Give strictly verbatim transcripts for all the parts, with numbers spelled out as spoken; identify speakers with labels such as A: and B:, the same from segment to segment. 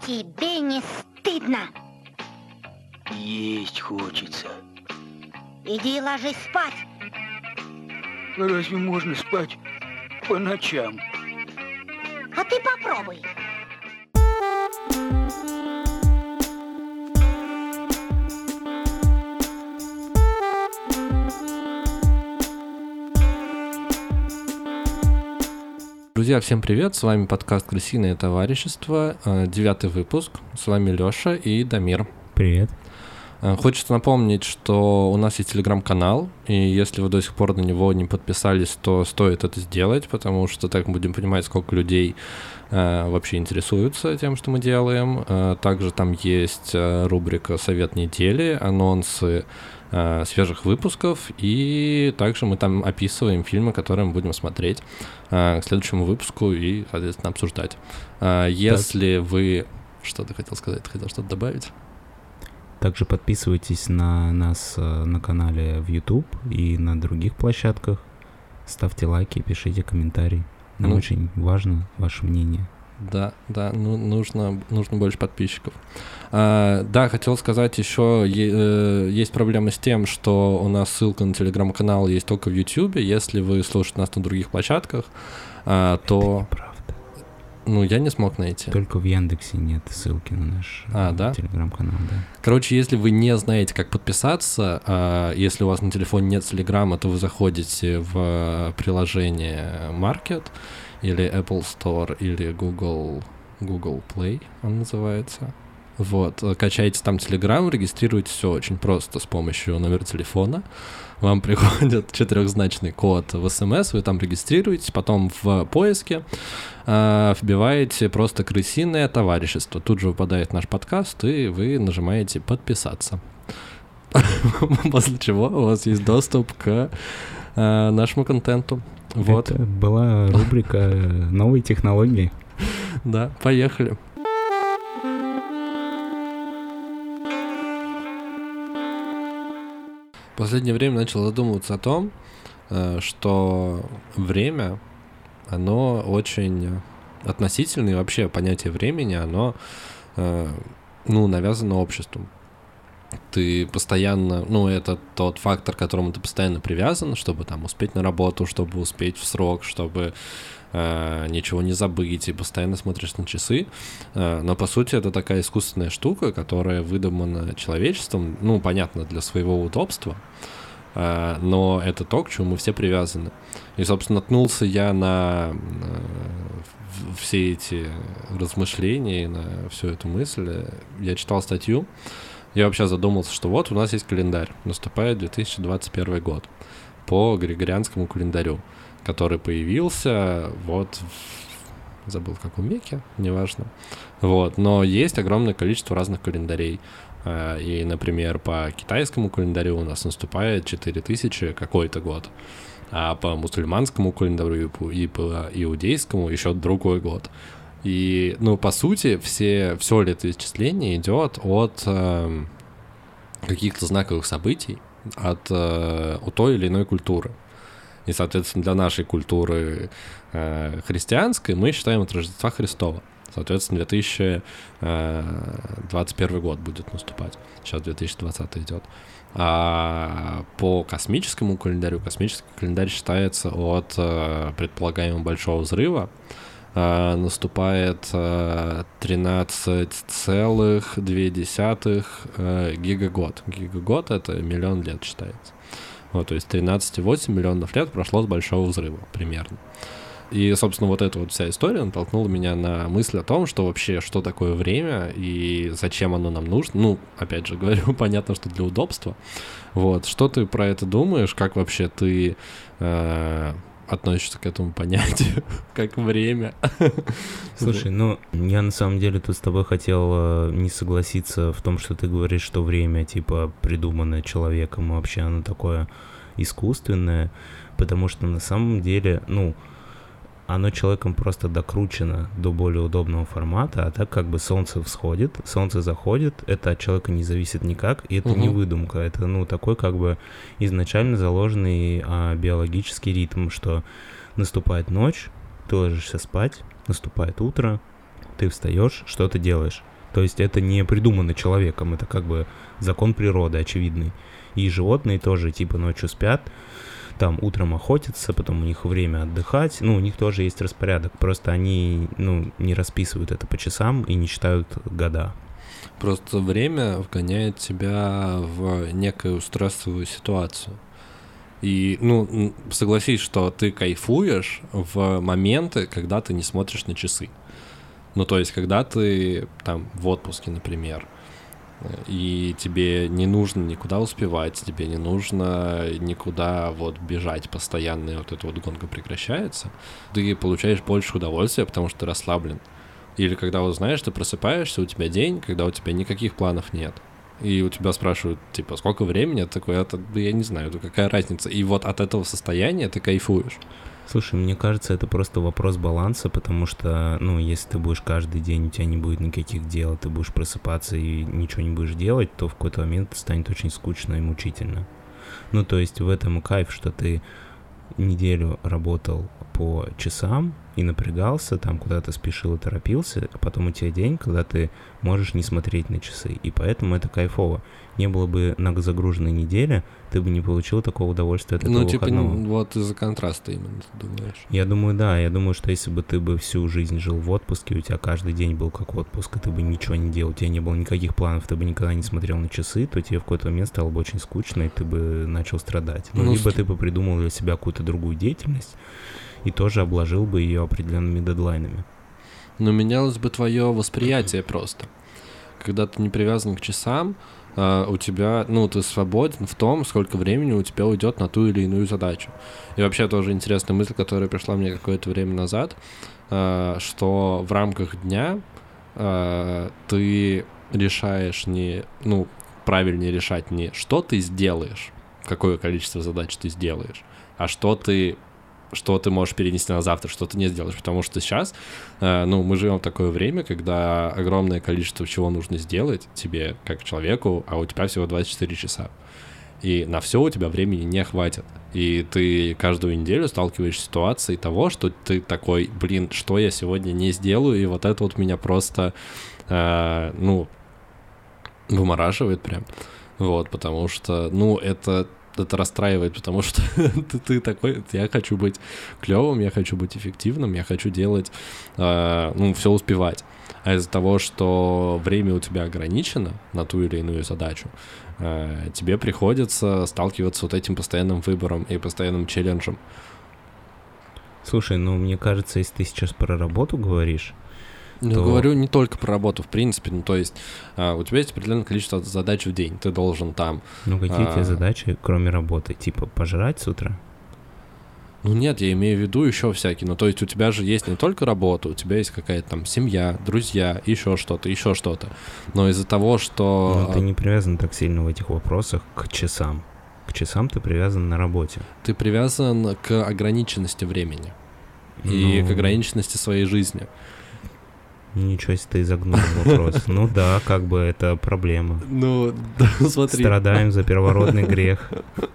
A: Тебе не стыдно?
B: Есть хочется.
A: Иди ложись спать.
B: Разве можно спать по ночам?
A: А ты попробуй.
C: Друзья, всем привет, с вами подкаст «Крысиное товарищество», девятый выпуск, с вами Лёша и Дамир.
D: Привет.
C: Хочется напомнить, что у нас есть телеграм-канал, и если вы до сих пор на него не подписались, то стоит это сделать, потому что так мы будем понимать, сколько людей э, вообще интересуются тем, что мы делаем. Э, также там есть э, рубрика «Совет недели», анонсы э, свежих выпусков, и также мы там описываем фильмы, которые мы будем смотреть э, к следующему выпуску и, соответственно, обсуждать. Э, если так. вы... Что ты хотел сказать? Ты хотел что-то добавить?
D: Также подписывайтесь на нас на канале в YouTube и на других площадках. Ставьте лайки, пишите комментарии. Нам ну, очень важно ваше мнение.
C: Да, да, ну, нужно, нужно больше подписчиков. А, да, хотел сказать еще, е- есть проблема с тем, что у нас ссылка на телеграм-канал есть только в YouTube. Если вы слушаете нас на других площадках, а, то...
D: Это неправда.
C: Ну, я не смог найти.
D: Только в Яндексе нет ссылки на наш
C: а, да?
D: телеграм-канал, да.
C: Короче, если вы не знаете, как подписаться, а, если у вас на телефоне нет телеграма, то вы заходите в приложение Market или Apple Store или Google, Google Play, он называется. Вот, качаете там Telegram, регистрируете все очень просто с помощью номера телефона. Вам приходит четырехзначный код в эс эм эс, вы там регистрируетесь, потом в поиске э, вбиваете просто «Крысиное товарищество». Тут же выпадает наш подкаст, и вы нажимаете «Подписаться». После чего у вас есть доступ к э, нашему контенту. Вот.
D: Это была рубрика «Новые технологии».
C: Да, поехали. В последнее время начал задумываться о том, что время, оно очень относительное, и вообще понятие времени, оно, ну, навязано обществом. Ты постоянно, ну, это тот фактор, к которому ты постоянно привязан, чтобы там успеть на работу, чтобы успеть в срок, чтобы э, ничего не забыть, и постоянно смотришь на часы. Э, но, по сути, это такая искусственная штука, которая выдумана человечеством, ну, понятно, для своего удобства, э, но это то, к чему мы все привязаны. И, собственно, наткнулся я на э, все эти размышления, на всю эту мысль. Я читал статью. Я вообще задумался, что вот у нас есть календарь, наступает две тысячи двадцать первый год по Григорианскому календарю, который появился вот, в... забыл в каком веке, неважно, вот, но есть огромное количество разных календарей, и, например, по китайскому календарю у нас наступает четыре тысячи какой-то год, а по мусульманскому календарю и по иудейскому еще другой год. И, ну, по сути, все, все летоисчисление идет от э, каких-то знаковых событий, от э, у той или иной культуры. И, соответственно, для нашей культуры э, христианской мы считаем от Рождества Христова. Соответственно, две тысячи двадцать первый год будет наступать. Сейчас две тысячи двадцатый идет. А по космическому календарю, космический календарь считается от э, предполагаемого большого взрыва. Uh, наступает uh, тринадцать целых две десятых uh, гигагод. Гигагод — это миллион лет считается. Вот, то есть тринадцать целых восемь десятых миллионов лет прошло с большого взрыва примерно. И, собственно, вот эта вот вся история натолкнула меня на мысль о том, что вообще, что такое время и зачем оно нам нужно. Ну, опять же говорю, понятно, что для удобства. Вот, что ты про это думаешь? Как вообще ты... Uh, относишься к этому понятию, как время?
D: Слушай, ну, я на самом деле тут с тобой хотел э, не согласиться в том, что ты говоришь, что время, типа, придумано человеком, вообще оно такое искусственное, потому что на самом деле, ну, оно человеком просто докручено до более удобного формата, а так как бы солнце всходит, солнце заходит, это от человека не зависит никак, и это угу. не выдумка, это, ну, такой как бы изначально заложенный а, биологический ритм, что наступает ночь, ты ложишься спать, наступает утро, ты встаешь, что ты делаешь? То есть это не придумано человеком, это как бы закон природы очевидный. И животные тоже типа ночью спят, там утром охотятся, потом у них время отдыхать, ну, у них тоже есть распорядок, просто они, ну, не расписывают это по часам и не считают года.
C: Просто время вгоняет тебя в некую стрессовую ситуацию. И, ну, согласись, что ты кайфуешь в моменты, когда ты не смотришь на часы. Ну, то есть, когда ты там в отпуске, например, и тебе не нужно никуда успевать, тебе не нужно никуда вот бежать постоянно, и вот эта вот гонка прекращается, ты получаешь больше удовольствия, потому что ты расслаблен. Или когда, вот знаешь, ты просыпаешься, у тебя день, когда у тебя никаких планов нет, и у тебя спрашивают, типа, сколько времени, ты такой, это, я не знаю, какая разница, и вот от этого состояния ты кайфуешь.
D: Слушай, мне кажется, это просто вопрос баланса, потому что, ну, если ты будешь каждый день, у тебя не будет никаких дел, ты будешь просыпаться и ничего не будешь делать, то в какой-то момент станет очень скучно и мучительно. Ну, то есть в этом и кайф, что ты неделю работал по часам и напрягался, там куда-то спешил и торопился, а потом у тебя день, когда ты можешь не смотреть на часы, и поэтому это кайфово. Не было бы загруженной недели, ты бы не получил такого удовольствия от этого
C: Ну, типа,
D: выходного.
C: вот из-за контраста именно, ты думаешь?
D: Я думаю, да, я думаю, что если бы ты бы всю жизнь жил в отпуске, у тебя каждый день был как отпуск, и ты бы ничего не делал, у тебя не было никаких планов, ты бы никогда не смотрел на часы, то тебе в какой-то момент стало бы очень скучно, и ты бы начал страдать. Ну,
C: Ну,
D: либо
C: с-
D: ты бы придумал для себя какую-то другую деятельность, и тоже обложил бы ее определенными дедлайнами.
C: Но менялось бы твое восприятие просто. Когда ты не привязан к часам, а, у тебя, ну, ты свободен в том, сколько времени у тебя уйдет на ту или иную задачу. И вообще тоже интересная мысль, которая пришла мне какое-то время назад, а, что в рамках дня а, ты решаешь не, ну, правильнее решать не что ты сделаешь, какое количество задач ты сделаешь, а что ты что ты можешь перенести на завтра, что ты не сделаешь, потому что сейчас, э, ну, мы живем в такое время, когда огромное количество чего нужно сделать тебе, как человеку, а у тебя всего двадцать четыре часа. И на все у тебя времени не хватит. И ты каждую неделю сталкиваешься с ситуацией того, что ты такой, блин, что я сегодня не сделаю, и вот это вот меня просто, э, ну, вымораживает прям. Вот, потому что, ну, это... это расстраивает, потому что ты, ты такой, я хочу быть клевым, я хочу быть эффективным, я хочу делать, э, ну, все успевать. А из-за того, что время у тебя ограничено на ту или иную задачу, э, тебе приходится сталкиваться с вот этим постоянным выбором и постоянным челленджем.
D: Слушай, ну, мне кажется, если ты сейчас про работу говоришь,
C: Ну,
D: то-
C: говорю не только про работу, в принципе, ну, то есть э, у тебя есть определенное количество задач в день, ты должен там...
D: ну, какие
C: А.
D: тебе задачи, кроме работы? Типа пожрать с утра?
C: Ну нет, я имею в виду еще всякие. Ну то есть у тебя же есть не только работа, у тебя есть какая-то там семья, друзья, еще что-то, еще что-то. Но из-за того, что
D: Ну, ты не привязан так сильно в этих вопросах к часам. К часам ты привязан на работе.
C: ты привязан к ограниченности времени и
D: Ну,
C: к ограниченности своей жизни.
D: Ничего себе ты изогнул вопрос. Ну да, как бы это проблема.
C: Ну, смотри.
D: Страдаем за первородный грех.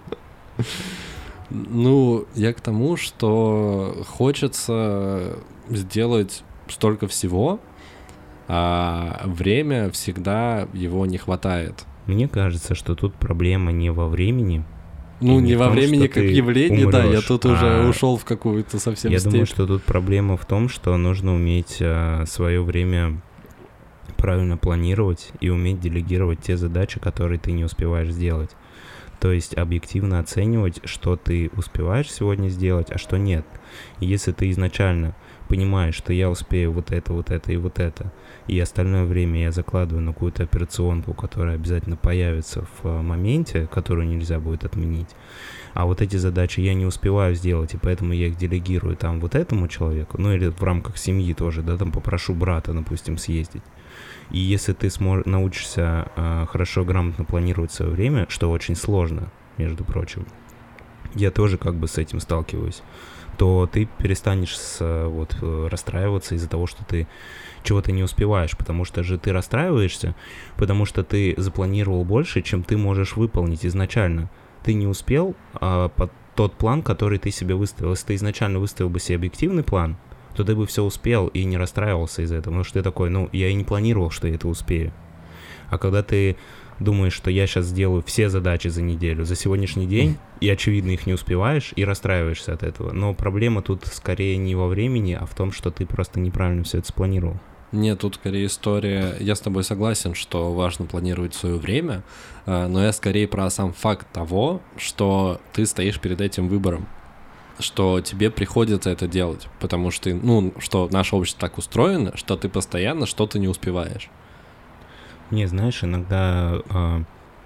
C: Ну, я к тому, что хочется сделать столько всего, а время всегда его не хватает.
D: Мне кажется, что тут проблема не во времени.
C: Ну,
D: И не
C: не
D: в
C: во
D: том,
C: времени
D: что
C: как
D: ты
C: явление, да, я
D: умрёшь,
C: тут уже
D: а
C: ушел в какую-то совсем
D: Я
C: степь.
D: думаю, что тут проблема в том, что нужно уметь а, свое время правильно планировать и уметь делегировать те задачи, которые ты не успеваешь сделать. То есть объективно оценивать, что ты успеваешь сегодня сделать, а что нет. И если ты изначально понимаешь, что я успею вот это, вот это и вот это, и остальное время я закладываю на какую-то операционку, которая обязательно появится в а, моменте, которую нельзя будет отменить, а вот эти задачи я не успеваю сделать, и поэтому я их делегирую там вот этому человеку, ну или в рамках семьи тоже, да, там попрошу брата, допустим, съездить. И если ты сможешь, научишься э, хорошо, грамотно планировать свое время, что очень сложно, между прочим, я тоже как бы с этим сталкиваюсь, то ты перестанешь с, вот, расстраиваться из-за того, что ты чего-то не успеваешь, потому что же ты расстраиваешься, потому что ты запланировал больше, чем ты можешь выполнить изначально. Ты не успел а, под тот план, который ты себе выставил. Если ты изначально выставил бы себе объективный план, то ты бы все успел и не расстраивался из-за этого. Потому что ты такой, ну, я и не планировал, что я это успею. А когда ты думаешь, что я сейчас сделаю все задачи за неделю, за сегодняшний день, и, очевидно, их не успеваешь, и расстраиваешься от этого. Но проблема тут скорее не во времени, а в том, что ты просто неправильно все это спланировал.
C: Нет, тут скорее история... Я с тобой согласен, что важно планировать свое время, но я скорее про сам факт того, что ты стоишь перед этим выбором, что тебе приходится это делать, потому что, ну, что наше общество так устроено, что ты постоянно что-то не успеваешь.
D: Не, знаешь, иногда э,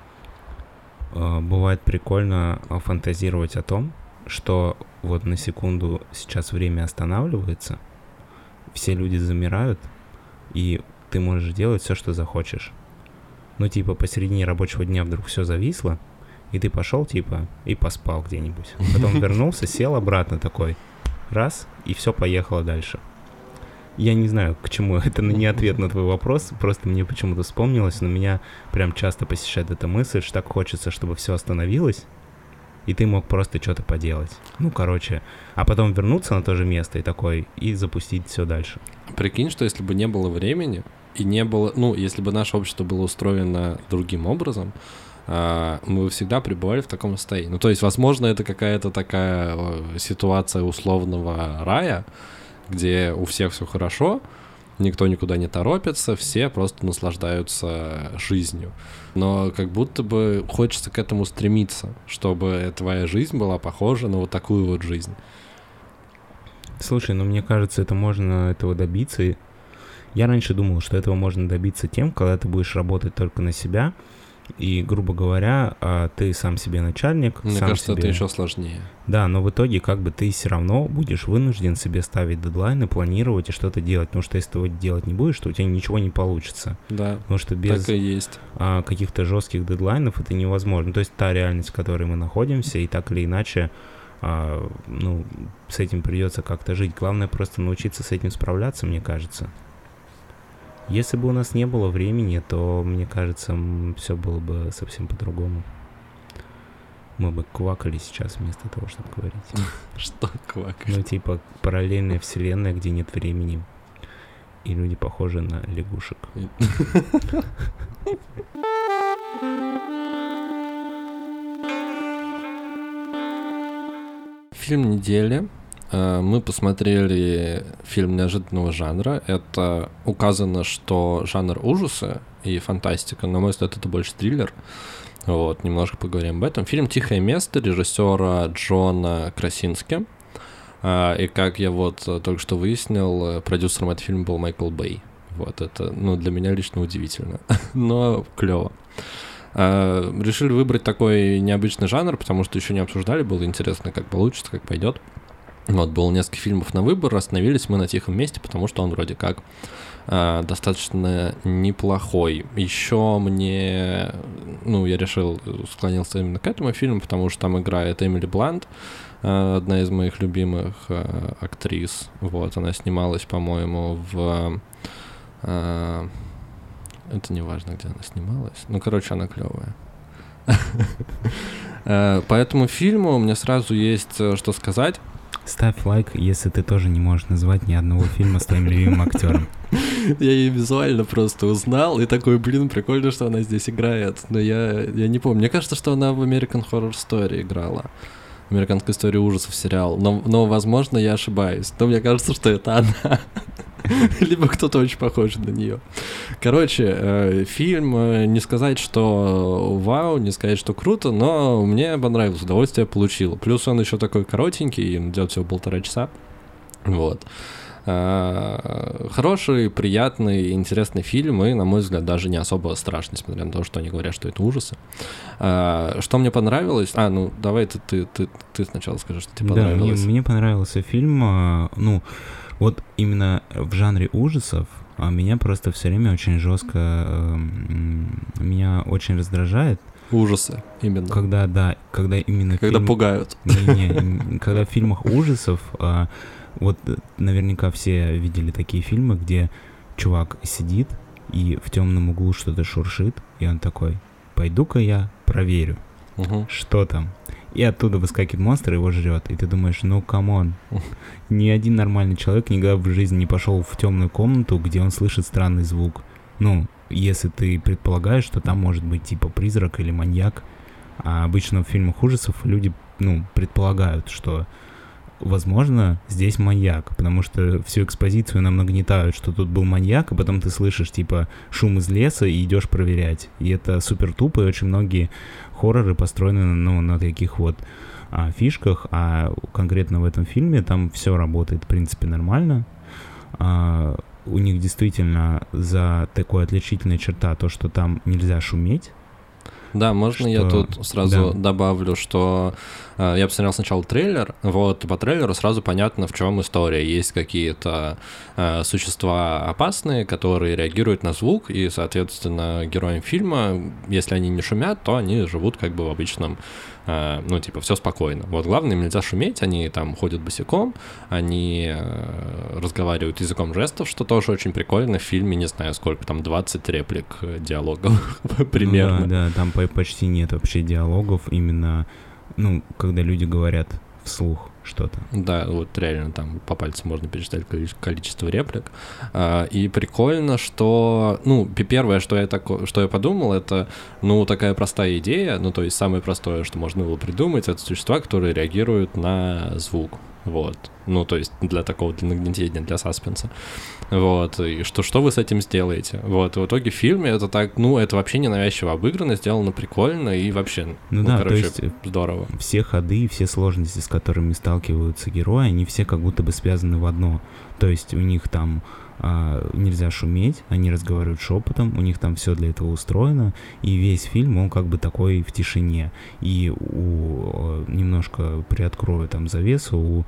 D: э, бывает прикольно фантазировать о том, что вот на секунду сейчас время останавливается, все люди замирают, и ты можешь делать все, что захочешь. Ну, типа, посередине рабочего дня вдруг все зависло, и ты пошел, типа, и поспал где-нибудь. Потом вернулся, сел обратно такой, раз, и все поехало дальше. Я не знаю, к чему, это не ответ на твой вопрос, просто мне почему-то вспомнилось, но меня прям часто посещает эта мысль, что так хочется, чтобы все остановилось, и ты мог просто что-то поделать. Ну, короче, а потом вернуться на то же место и такой, и запустить все дальше.
C: Прикинь, что если бы не было времени, и не было, ну, если бы наше общество было устроено другим образом, мы бы всегда пребывали в таком состоянии. Ну, то есть, возможно, это какая-то такая ситуация условного рая, где у всех все хорошо, никто никуда не торопится, все просто наслаждаются жизнью. Но как будто бы хочется к этому стремиться, чтобы твоя жизнь была похожа на вот такую вот жизнь.
D: Слушай, ну мне кажется, это можно этого добиться. Я раньше думал, что этого можно добиться тем, когда ты будешь работать только на себя, и, грубо говоря, ты сам себе начальник.
C: Мне
D: сам
C: кажется,
D: себе...
C: это еще сложнее.
D: Да, но в итоге как бы ты все равно будешь вынужден себе ставить дедлайны, планировать и что-то делать. Потому что если ты это делать не будешь, то у тебя ничего не получится.
C: Да,
D: потому что без
C: так и есть.
D: А, каких-то жестких дедлайнов это невозможно. То есть та реальность, в которой мы находимся, и так или иначе, а, ну, с этим придется как-то жить. Главное просто научиться с этим справляться, мне кажется. Если бы у нас не было времени, то, мне кажется, все было бы совсем по-другому. Мы бы квакали сейчас вместо того, чтобы говорить.
C: Что квакать?
D: Ну, типа, параллельная вселенная, где нет времени. И люди похожи на лягушек.
C: Фильм недели. Мы посмотрели фильм неожиданного жанра. Это указано, что жанр ужасы и фантастика. На мой взгляд, это больше триллер. Вот, немножко поговорим об этом. Фильм «Тихое место» режиссера Джона Красински. И как я вот только что выяснил, продюсером этого фильма был Майкл Бэй. Вот, это, ну, для меня лично удивительно, но клево. Решили выбрать такой необычный жанр, потому что еще не обсуждали, было интересно, как получится, как пойдет. Вот, было несколько фильмов на выбор, остановились мы на «Тихом месте», потому что он вроде как э, достаточно неплохой. Еще мне, ну, я решил, склонился именно к этому фильму, потому что там играет Эмили Блант, э, одна из моих любимых э, актрис. Вот, она снималась, по-моему, в... Э, это не важно, где она снималась. Ну, короче, она клевая. По этому фильму мне сразу есть что сказать.
D: Ставь лайк, если ты тоже не можешь назвать ни одного фильма с твоим любимым актером.
C: Я ее визуально просто узнал, и такой, блин, прикольно, что она здесь играет. Но я, я не помню. Мне кажется, что она в American Horror Story играла. Американская история ужасов сериал. Но, но, возможно, я ошибаюсь. Но мне кажется, что это она. Либо кто-то очень похож на нее. Короче, э, фильм, э, не сказать, что вау, не сказать, что круто, но мне понравилось, удовольствие получил. Плюс он еще такой коротенький, идет всего полтора часа. Вот. Э, хороший, приятный, интересный фильм, и, на мой взгляд, даже не особо страшный, несмотря на то, что они говорят, что это ужасы. Э, что мне понравилось... А, ну, давай ты, ты, ты, ты сначала скажи, что тебе понравилось.
D: Да, мне, мне понравился фильм, э, ну... Вот именно в жанре ужасов а меня просто все время очень жестко, э, меня очень раздражает.
C: Ужасы, именно.
D: Когда, да, когда именно...
C: Когда
D: фильм...
C: пугают.
D: Не-не, когда в фильмах ужасов, э, вот наверняка все видели такие фильмы, где чувак сидит и в темном углу что-то шуршит, и он такой, пойду-ка я проверю,
C: угу.
D: что там. и оттуда выскакивает монстр и его жрет. И ты думаешь, ну, камон, ни один нормальный человек никогда в жизни не пошел в темную комнату, где он слышит странный звук. Ну, если ты предполагаешь, что там может быть типа призрак или маньяк. А обычно в фильмах ужасов люди, ну, предполагают, что, возможно, здесь маньяк, потому что всю экспозицию нам нагнетают, что тут был маньяк, а потом ты слышишь, типа, шум из леса и идешь проверять. И это супер тупо, и очень многие хорроры построены, ну, на таких вот а, фишках, а конкретно в этом фильме там все работает, в принципе, нормально. А, у них действительно за такой отличительной черта то, что там нельзя шуметь.
C: Да, можно что... я тут сразу да. добавлю, что э, я посмотрел сначала трейлер, вот, по трейлеру сразу понятно, в чем история. Есть какие-то э, существа опасные, которые реагируют на звук, и, соответственно, героям фильма, если они не шумят, то они живут как бы в обычном, э, ну, типа, все спокойно. Вот, главное, им нельзя шуметь, они там ходят босиком, они э, разговаривают языком жестов, что тоже очень прикольно. В фильме, не знаю, сколько там, двадцать реплик диалогов примерно.
D: Да, да, там по почти нет вообще диалогов, именно, ну, когда люди говорят вслух что-то.
C: Да, вот реально там по пальцам можно пересчитать количество реплик. А, и прикольно, что, ну, первое, что я, так, что я подумал, это, ну, такая простая идея, ну, то есть самое простое, что можно было придумать, это существа, которые реагируют на звук. Вот. Ну, то есть для такого, для нагнетения, для саспенса. Вот. И что, что вы с этим сделаете? Вот. И в итоге в фильме это так, ну, это вообще ненавязчиво обыграно, сделано прикольно и вообще, ну, ну да, короче, то есть здорово.
D: Все ходы и все сложности, с которыми сталкиваются герои, они все как будто бы связаны в одно. То есть у них там а, нельзя шуметь, они разговаривают шепотом, у них там все для этого устроено, и весь фильм, он как бы такой в тишине. И у, немножко приоткрою там завесу, у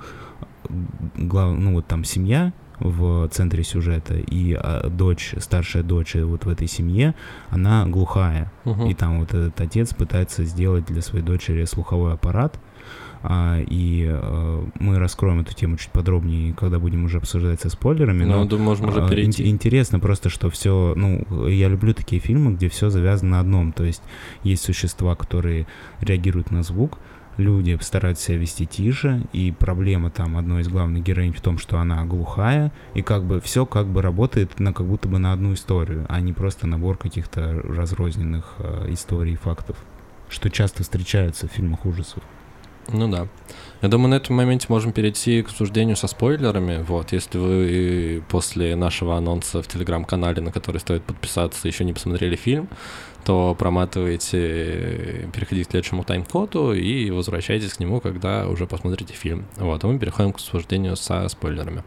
D: глав, ну вот там семья в центре сюжета, и а, дочь, старшая дочь вот в этой семье, она глухая. Uh-huh. И там вот этот отец пытается сделать для своей дочери слуховой аппарат, а, и а, мы раскроем эту тему чуть подробнее, когда будем уже обсуждать со спойлерами.
C: Ну, но думаю, можем уже перейти.
D: Ин- интересно просто, что все, ну, я люблю такие фильмы, где все завязано на одном, то есть есть существа, которые реагируют на звук, люди стараются себя вести тише, и проблема там одной из главных героинь в том, что она глухая, и как бы все как бы работает на, как будто бы на одну историю, а не просто набор каких-то разрозненных э, историй, фактов, что часто встречается в фильмах ужасов.
C: Ну да. Я думаю, на этом моменте можем перейти к обсуждению со спойлерами. Вот, если вы после нашего анонса в телеграм-канале, на который стоит подписаться, еще не посмотрели фильм, то проматывайте, переходите к следующему тайм-коду и возвращайтесь к нему, когда уже посмотрите фильм. Вот, а мы переходим к обсуждению со спойлерами.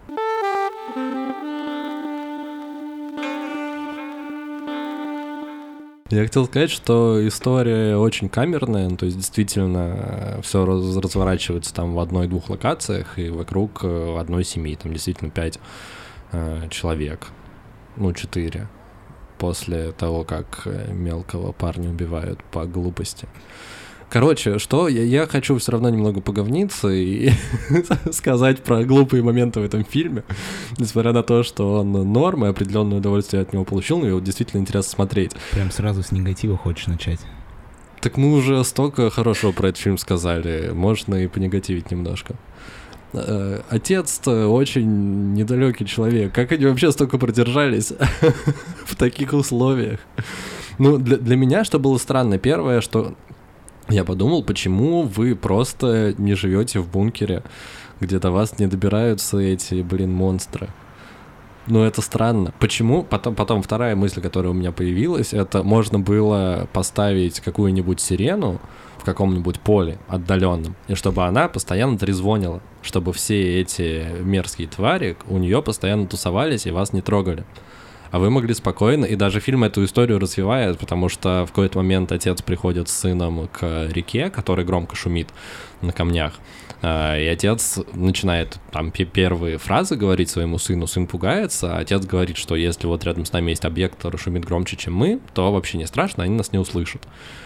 C: Я хотел сказать, что история очень камерная, ну, то есть действительно все раз, разворачивается там в одной-двух локациях и вокруг одной семьи, там действительно пять э, человек, ну четыре, после того, как мелкого парня убивают по глупости. Короче, что я, я хочу все равно немного поговниться и сказать про глупые моменты в этом фильме, несмотря на то, что он норм, и определенное удовольствие от него получил, но его действительно интересно смотреть.
D: Прям сразу с негатива хочешь начать?
C: Так мы уже столько хорошего про этот фильм сказали, можно и понегативить немножко. Отец-то очень недалекий человек. Как они вообще столько продержались в таких условиях? Ну, для, для меня что было странно, первое, что я подумал, почему вы просто не живете в бункере, где до вас не добираются эти, блин, монстры. Ну, это странно. Почему? Потом, потом вторая мысль, которая у меня появилась, это можно было поставить какую-нибудь сирену в каком-нибудь поле отдаленном, и чтобы она постоянно трезвонила, чтобы все эти мерзкие твари у нее постоянно тусовались и вас не трогали. А вы могли спокойно, и даже фильм эту историю развивает, потому что в какой-то момент отец приходит с сыном к реке, которая громко шумит на камнях, и отец начинает там первые фразы говорить своему сыну, сын пугается, а отец говорит, что если вот рядом с нами есть объект, который шумит громче, чем мы, то вообще не страшно, они нас не услышат.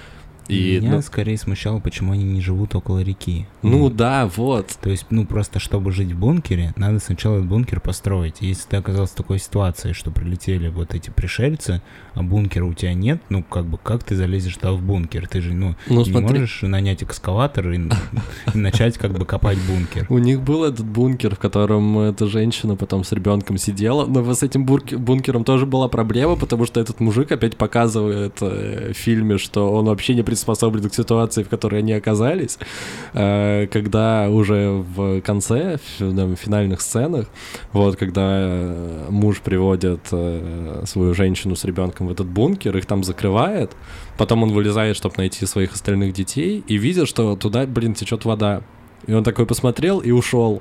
C: И,
D: Меня
C: ну,
D: скорее смущало, почему они не живут около реки.
C: ну да, вот.
D: То есть, ну, просто чтобы жить в бункере, надо сначала этот бункер построить. Если ты оказался в такой ситуации, что прилетели вот эти пришельцы, а бункера у тебя нет, ну, как бы, как ты залезешь туда в бункер? Ты же, ну,
C: Ну,
D: не
C: смотри.
D: можешь нанять экскаватор и, и начать, как бы, копать бункер.
C: У них был этот бункер, в котором эта женщина потом с ребенком сидела, но с этим бурки- бункером тоже была проблема, потому что этот мужик опять показывает э, в фильме, что он вообще не приспособлен к ситуации, в которой они оказались, э, когда уже в конце, в там, финальных сценах, вот, когда э, муж приводит э, свою женщину с ребенком в этот бункер, их там закрывает, потом он вылезает, чтобы найти своих остальных детей, и видит, что туда, блин, течет вода. И он такой посмотрел и ушел.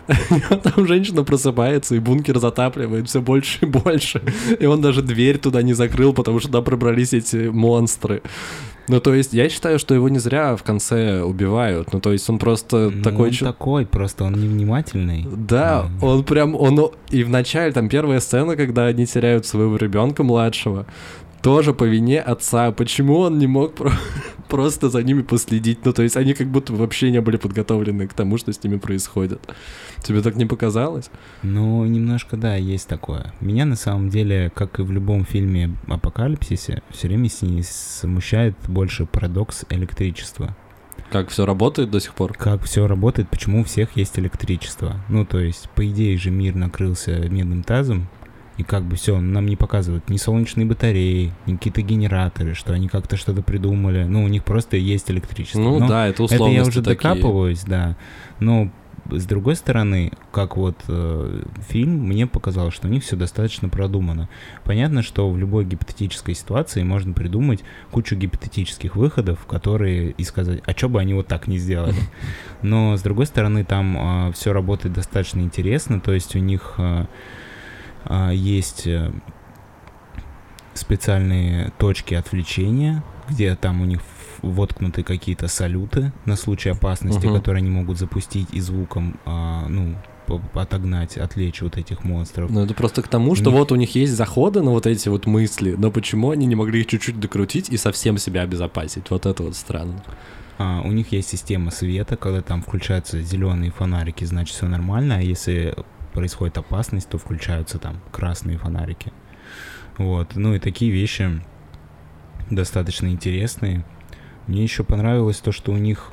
C: Там женщина просыпается, и бункер затапливает все больше и больше. И он даже дверь туда не закрыл, потому что туда пробрались эти монстры. Ну, то есть, я считаю, что его не зря в конце убивают. Ну, то есть, он просто
D: Ну,
C: такой...
D: он
C: чё-
D: такой, просто он невнимательный.
C: Да,
D: М.
C: он прям... он И в начале, там, первая сцена, когда они теряют своего ребенка младшего, тоже по вине отца. Почему он не мог про- просто за ними последить? Ну, то есть, они как будто вообще не были подготовлены к тому, что с ними происходит. Тебе так не показалось?
D: Ну, немножко, да, есть такое. Меня, на самом деле, как и в любом фильме «Апокалипсисе», все время с ней смущает больше парадокс электричества.
C: Как все работает до сих пор?
D: Как все работает, почему у всех есть электричество. Ну, то есть, по идее же мир накрылся медным тазом, и как бы все, нам не показывают ни солнечные батареи, ни какие-то генераторы, что они как-то что-то придумали. Ну, у них просто есть электричество.
C: Ну
D: Но
C: да, это
D: это
C: условности
D: я уже
C: такие.
D: докапываюсь, да. Но с другой стороны, как вот э, фильм, мне показалось, что у них все достаточно продумано. Понятно, что в любой гипотетической ситуации можно придумать кучу гипотетических выходов, которые и сказать, а что бы они вот так не сделали. Но с другой стороны, там э, все работает достаточно интересно, то есть у них э, э, есть э, специальные точки отвлечения, где там у них воткнуты какие-то салюты на случай опасности,
C: Мгм.
D: которые они могут запустить и звуком, а, ну, по- отогнать, отвлечь вот этих монстров.
C: Ну, это просто к тому, что
D: У них-
C: вот у них есть заходы на вот эти вот мысли, но почему они не могли их чуть-чуть докрутить и совсем себя обезопасить? Вот это вот странно.
D: А, у них есть система света, когда там включаются зеленые фонарики, значит все нормально, а если происходит опасность, то включаются там красные фонарики. Вот, ну и такие вещи достаточно интересные. Мне еще понравилось то, что у них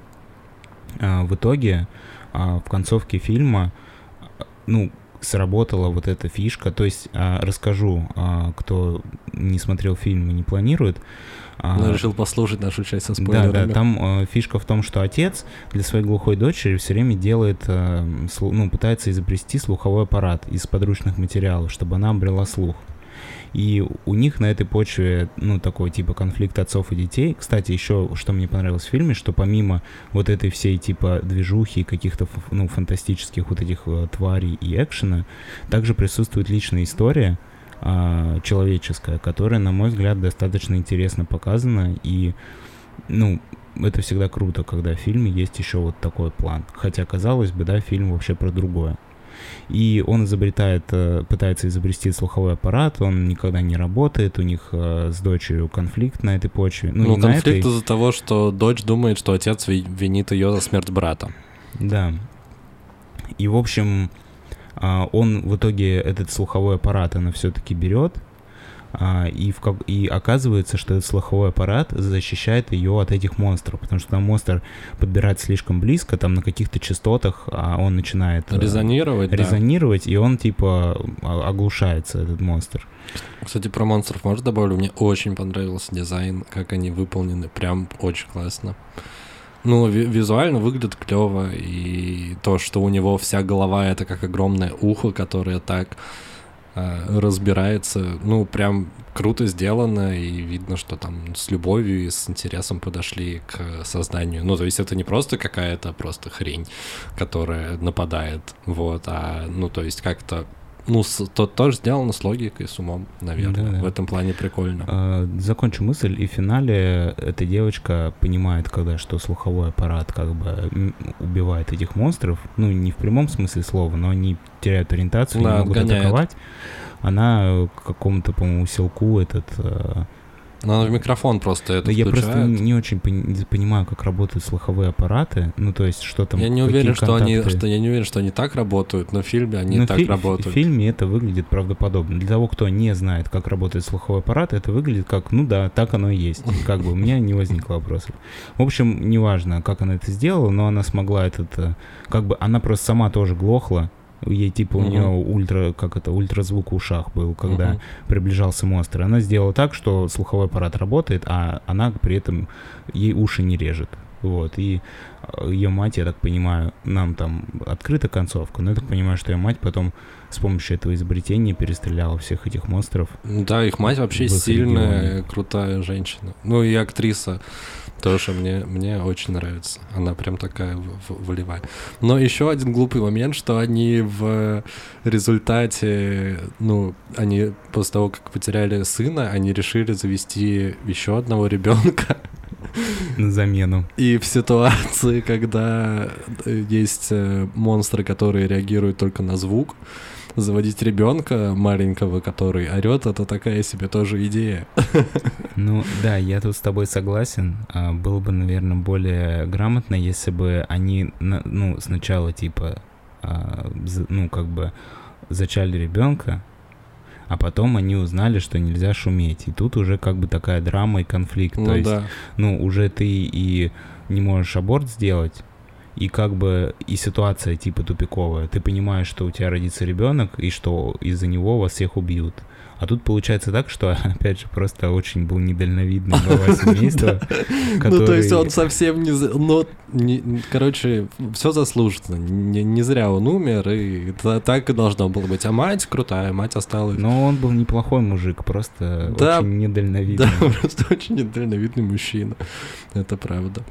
D: а, в итоге а, в концовке фильма, а, ну, сработала вот эта фишка. То есть а, расскажу, а, кто не смотрел фильм и не планирует. а,
C: Ну, решил послушать нашу часть со
D: Да,
C: спойлерами.
D: да, там э, фишка в том, что отец для своей глухой дочери все время делает, э, слу- ну, пытается изобрести слуховой аппарат из подручных материалов, чтобы она обрела слух. И у них на этой почве, ну, такой типа конфликт отцов и детей. Кстати, еще, что мне понравилось в фильме, что помимо вот этой всей типа движухи, каких-то, ф- ну, фантастических вот этих э, тварей и экшена, также присутствует личная история, а, человеческая, которая, на мой взгляд, достаточно интересно показана. И, ну, это всегда круто, когда в фильме есть еще вот такой план. Хотя, казалось бы, да, фильм вообще про другое. И он изобретает, э, пытается изобрести слуховой аппарат, он никогда не работает, у них э, с дочерью конфликт на этой почве. Ну,
C: Ну,
D: не на
C: конфликт
D: этой,
C: из-за того, что дочь думает, что отец ви- винит ее за смерть брата.
D: да. И, в общем, а, он в итоге этот слуховой аппарат она все-таки берет, а, и, в как- и оказывается, что этот слуховой аппарат защищает ее от этих монстров, потому что там монстр подбирается слишком близко, там на каких-то частотах, а он начинает э,
C: Резонировать, да.
D: резонировать, и он типа а, оглушается, этот монстр.
C: Кстати, про монстров, может, добавлю? Мне очень понравился дизайн, как они выполнены. Прям очень классно. Ну, ви- визуально выглядит клево, и то, что у него вся голова — это как огромное ухо, которое так э, разбирается, ну, прям круто сделано, и видно, что там с любовью и с интересом подошли к созданию. Ну, то есть это не просто какая-то просто хрень, которая нападает, вот, а, ну, то есть как-то, ну, с- то, тоже сделано с логикой, с умом, наверное.
D: Да-да.
C: В этом плане прикольно.
D: А, закончу мысль, и в финале эта девочка понимает, когда что слуховой аппарат как бы м, убивает этих монстров, ну, не в прямом смысле слова, но они теряют ориентацию,
C: Да,
D: не могут
C: отгоняет.
D: атаковать. Она к какому-то, по-моему, селку этот, э,
C: Ну, она в микрофон просто это
D: Да я просто
C: включает.
D: не, не очень пони- понимаю, как работают слуховые аппараты. Ну, то есть, что там...
C: Я не
D: какие
C: уверен, что они,
D: контакты.
C: что я не уверен, что они так работают, но в фильме они
D: Но
C: так
D: фи-
C: работают.
D: В фильме это выглядит правдоподобно. Для того, кто не знает, как работает слуховой аппарат, это выглядит как, ну да, так оно и есть. Как бы у меня не возникло вопросов. В общем, неважно, как она это сделала, но она смогла этот... э, Как бы она просто сама тоже глохла. Ей типа у
C: Мгм.
D: нее ультра, как это, ультразвук в ушах был, когда
C: Мгм.
D: приближался монстр. Она сделала так, что слуховой аппарат работает, а она при этом ей уши не режет. Вот, и ее мать, я так понимаю, нам там открыта концовка, но я так понимаю, что ее мать потом с помощью этого изобретения перестреляла всех этих монстров.
C: Да, их мать вообще
D: в их
C: сильная,
D: регионе.
C: крутая женщина. Ну и актриса тоже мне, мне очень нравится. Она прям такая в- в- волевая. Но еще один глупый момент, что они в результате, ну, они после того, как потеряли сына, они решили завести еще одного ребенка.
D: На замену.
C: И в ситуации, когда э, есть э, монстры, которые реагируют только на звук, заводить ребенка маленького, который орет, это такая себе тоже идея.
D: Ну да, я тут с тобой согласен. А, было бы, наверное, более грамотно, если бы они, на- ну, сначала типа, а, за- ну, как бы зачали ребенка, а потом они узнали, что нельзя шуметь. И тут уже как бы такая драма и конфликт. То
C: Ну
D: есть,
C: да.
D: ну, уже ты и не можешь аборт сделать, и как бы и ситуация типа тупиковая. Ты понимаешь, что у тебя родится ребенок, и что из-за него вас всех убьют. А тут получается так, что, опять же, просто очень был недальновидный глава семейства,
C: Ну, то есть
D: который...
C: он совсем не... за- Ну, не- короче, все заслуженно. Не, не зря он умер, и та- так и должно было быть. А мать крутая, мать осталась.
D: Но он был неплохой мужик, просто
C: Да,
D: очень недальновидный.
C: Да, просто очень недальновидный мужчина. Это правда.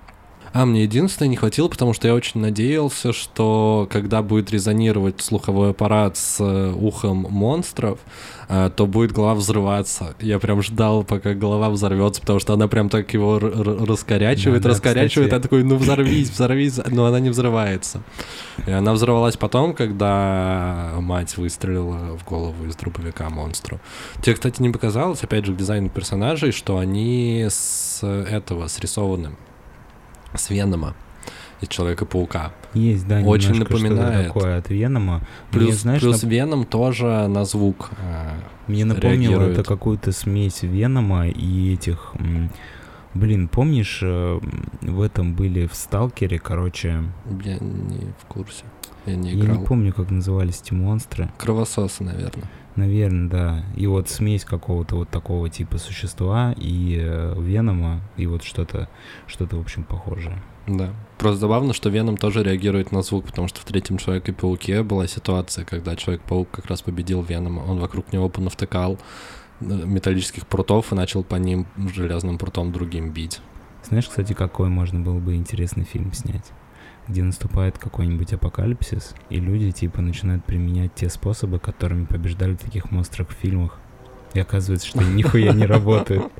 C: А мне единственное не хватило, потому что я очень надеялся, что когда будет резонировать слуховой аппарат с э, ухом монстров, э, то будет голова взрываться. Я прям ждал, пока голова взорвется, потому что она прям так его р- р- раскорячивает,
D: Да, да,
C: раскорячивает,
D: кстати.
C: я такой, ну взорвись, взорвись, но она не взрывается. И она взорвалась потом, когда мать выстрелила в голову из дробовика монстру. Тебе, кстати, не показалось, опять же, к дизайну персонажей, что они с этого срисованы, с Венома из Человека-паука.
D: Есть, да,
C: Очень
D: немножко что-то
C: напоминает.
D: такое от Венома.
C: Плюс,
D: Мне, знаешь,
C: плюс
D: нап-
C: Веном тоже на звук. э,
D: мне напомнило
C: реагирует.
D: это какую-то смесь Венома и этих... м, Блин, помнишь, э, в этом были в Сталкере, короче...
C: Я не в курсе. Я не
D: Я
C: играл.
D: не помню, как назывались эти монстры.
C: Кровососы, наверное.
D: Наверное, да. И вот смесь какого-то вот такого типа существа и э, Венома, и вот что-то, что-то, в общем, похожее.
C: Да. Просто забавно, что Веном тоже реагирует на звук, потому что в третьем Человеке-пауке была ситуация, когда Человек-паук как раз победил Венома. Он вокруг него понавтыкал э, металлических прутов и начал по ним железным прутом другим бить.
D: Знаешь, кстати, какой можно было бы интересный фильм снять? Где наступает какой-нибудь апокалипсис, и люди типа начинают применять те способы, которыми побеждали таких монстров в фильмах. И оказывается, что они нихуя не работают.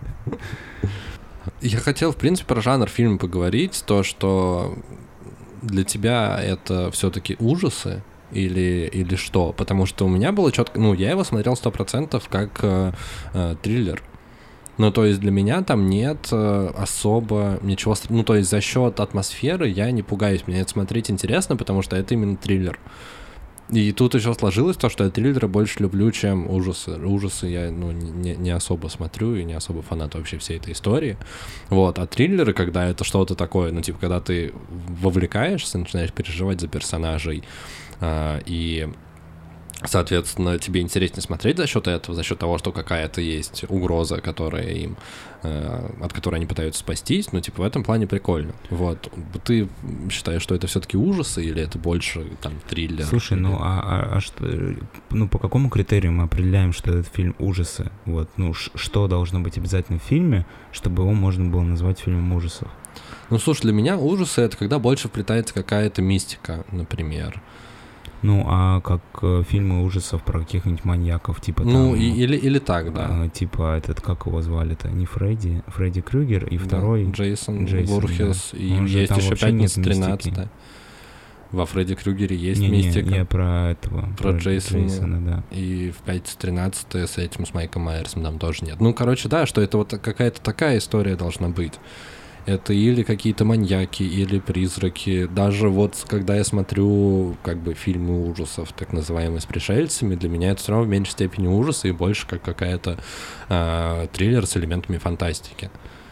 C: Я хотел, в принципе, про жанр фильма поговорить. То, что для тебя это все-таки ужасы или, или что? Потому что у меня было четко... Ну, я его смотрел сто процентов как э, э, триллер. Ну, то есть для меня там нет э, особо ничего... стр- Ну, то есть за счет атмосферы я не пугаюсь. Мне это смотреть интересно, потому что это именно триллер. И тут еще сложилось то, что я триллеры больше люблю, чем ужасы. Ужасы я, ну, не, не особо смотрю и не особо фанат вообще всей этой истории. Вот. А триллеры, когда это что-то такое, ну, типа, когда ты вовлекаешься, начинаешь переживать за персонажей, э, и... Соответственно, тебе интереснее смотреть за счет этого, за счет того, что какая-то есть угроза, которая им, э, от которой они пытаются спастись. Ну, типа, в этом плане прикольно. Вот. Ты считаешь, что это все-таки ужасы или это больше там триллер?
D: Слушай,
C: или...
D: ну а, а, а что, ну по какому критерию мы определяем, что этот фильм ужасы? Вот, ну ш- что должно быть обязательно в фильме, чтобы его можно было назвать фильмом ужасов?
C: Ну, слушай, для меня ужасы — это когда больше вплетается какая-то мистика, например.
D: Ну, а как э, фильмы ужасов про каких-нибудь маньяков, типа
C: Ну,
D: там...
C: и, или, или так, да.
D: э, типа этот, как его звали-то? Не Фредди, Фредди Крюгер, и
C: Да,
D: второй...
C: Джейсон,
D: Джейсон,
C: Voorhees,
D: да.
C: и
D: Он же
C: есть
D: там
C: еще
D: вообще нет
C: «Пятница
D: мистики.
C: тринадцатая». Во Фредди Крюгере есть
D: не,
C: мистика.
D: Не, я про этого.
C: Про, про Джейсона,
D: Джейсона, да.
C: И в пятница тринадцатое с этим, с Майком Майерсом там тоже нет. Ну, короче, да, что это вот какая-то такая история должна быть. Это или какие-то маньяки, или призраки. Даже вот, когда я смотрю как бы фильмы ужасов, так называемые, с пришельцами, для меня это все равно в меньшей степени ужасы и больше как какая-то э, триллер с элементами фантастики.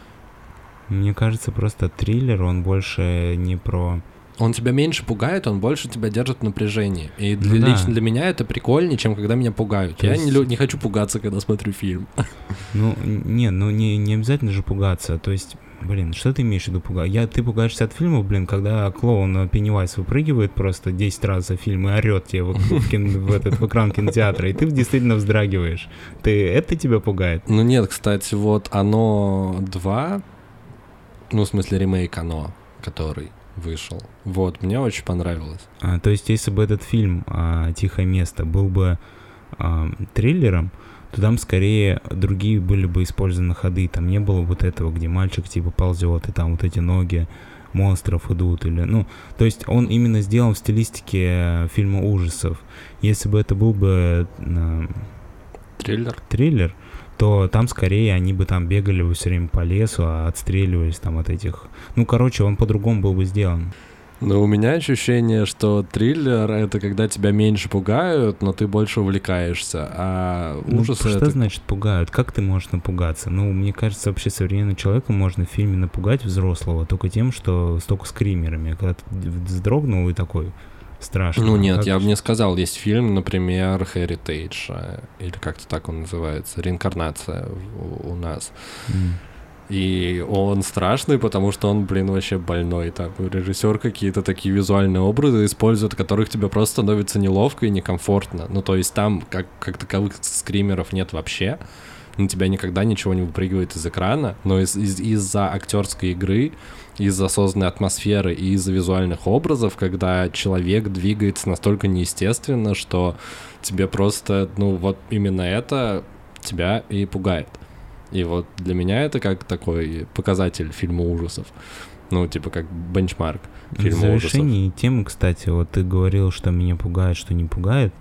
D: Мне кажется, просто триллер, он больше не про...
C: Он тебя меньше пугает, он больше тебя держит в напряжении. И для,
D: ну, да.
C: лично для меня это прикольнее, чем когда меня пугают. То я
D: есть...
C: не, лю- не хочу пугаться, когда смотрю фильм.
D: Ну, не, ну не, не обязательно же пугаться. То есть, блин, что ты имеешь в виду пугать? Я, ты пугаешься от фильмов, блин, когда клоун Пеннивайз выпрыгивает просто десять раз за фильм и орет тебе в, в, кин, в, этот, в экран кинотеатра, и ты действительно вздрагиваешь. Ты, это тебя пугает?
C: Ну нет, кстати, вот «Оно два», ну, в смысле, ремейк «Оно», который вышел. Вот, мне очень понравилось.
D: А, то есть, если бы этот фильм а, «Тихое место» был бы а, триллером, то там скорее другие были бы использованы ходы. Там не было вот этого, где мальчик типа ползет, и там вот эти ноги монстров идут. Или, ну, то есть он именно сделан в стилистике фильма ужасов. Если бы это был бы а,
C: триллер,
D: триллер, то там скорее они бы там бегали бы все время по лесу, а отстреливались там от этих... Ну, короче, он по-другому был бы сделан.
C: Но у меня ощущение, что триллер — это когда тебя меньше пугают, но ты больше увлекаешься, а ужасы...
D: Ну, что
C: это...
D: значит пугают? Как ты можешь напугаться? Ну, мне кажется, вообще современным человеком можно в фильме напугать взрослого только тем, что столько скримерами. Когда ты вздрогнул и такой... Страшно.
C: Ну нет,
D: как...
C: я бы не сказал. Есть фильм, например, Heritage, или как-то так он называется, «Реинкарнация» у, у нас.
D: Mm.
C: И он страшный, потому что он, блин, вообще больной. Там режиссер какие-то такие визуальные образы использует, от которых тебе просто становится неловко и некомфортно. Ну то есть там как, как таковых скримеров нет вообще. На тебя никогда ничего не выпрыгивает из экрана, но из- из- из-за актерской игры, из-за созданной атмосферы и из-за визуальных образов, когда человек двигается настолько неестественно, что тебе просто, ну вот именно это тебя и пугает. И вот для меня это как такой показатель фильма ужасов. Ну, типа как бенчмарк фильма
D: В завершении
C: ужасов.
D: темы, кстати, вот ты говорил, что меня пугает, что не пугает.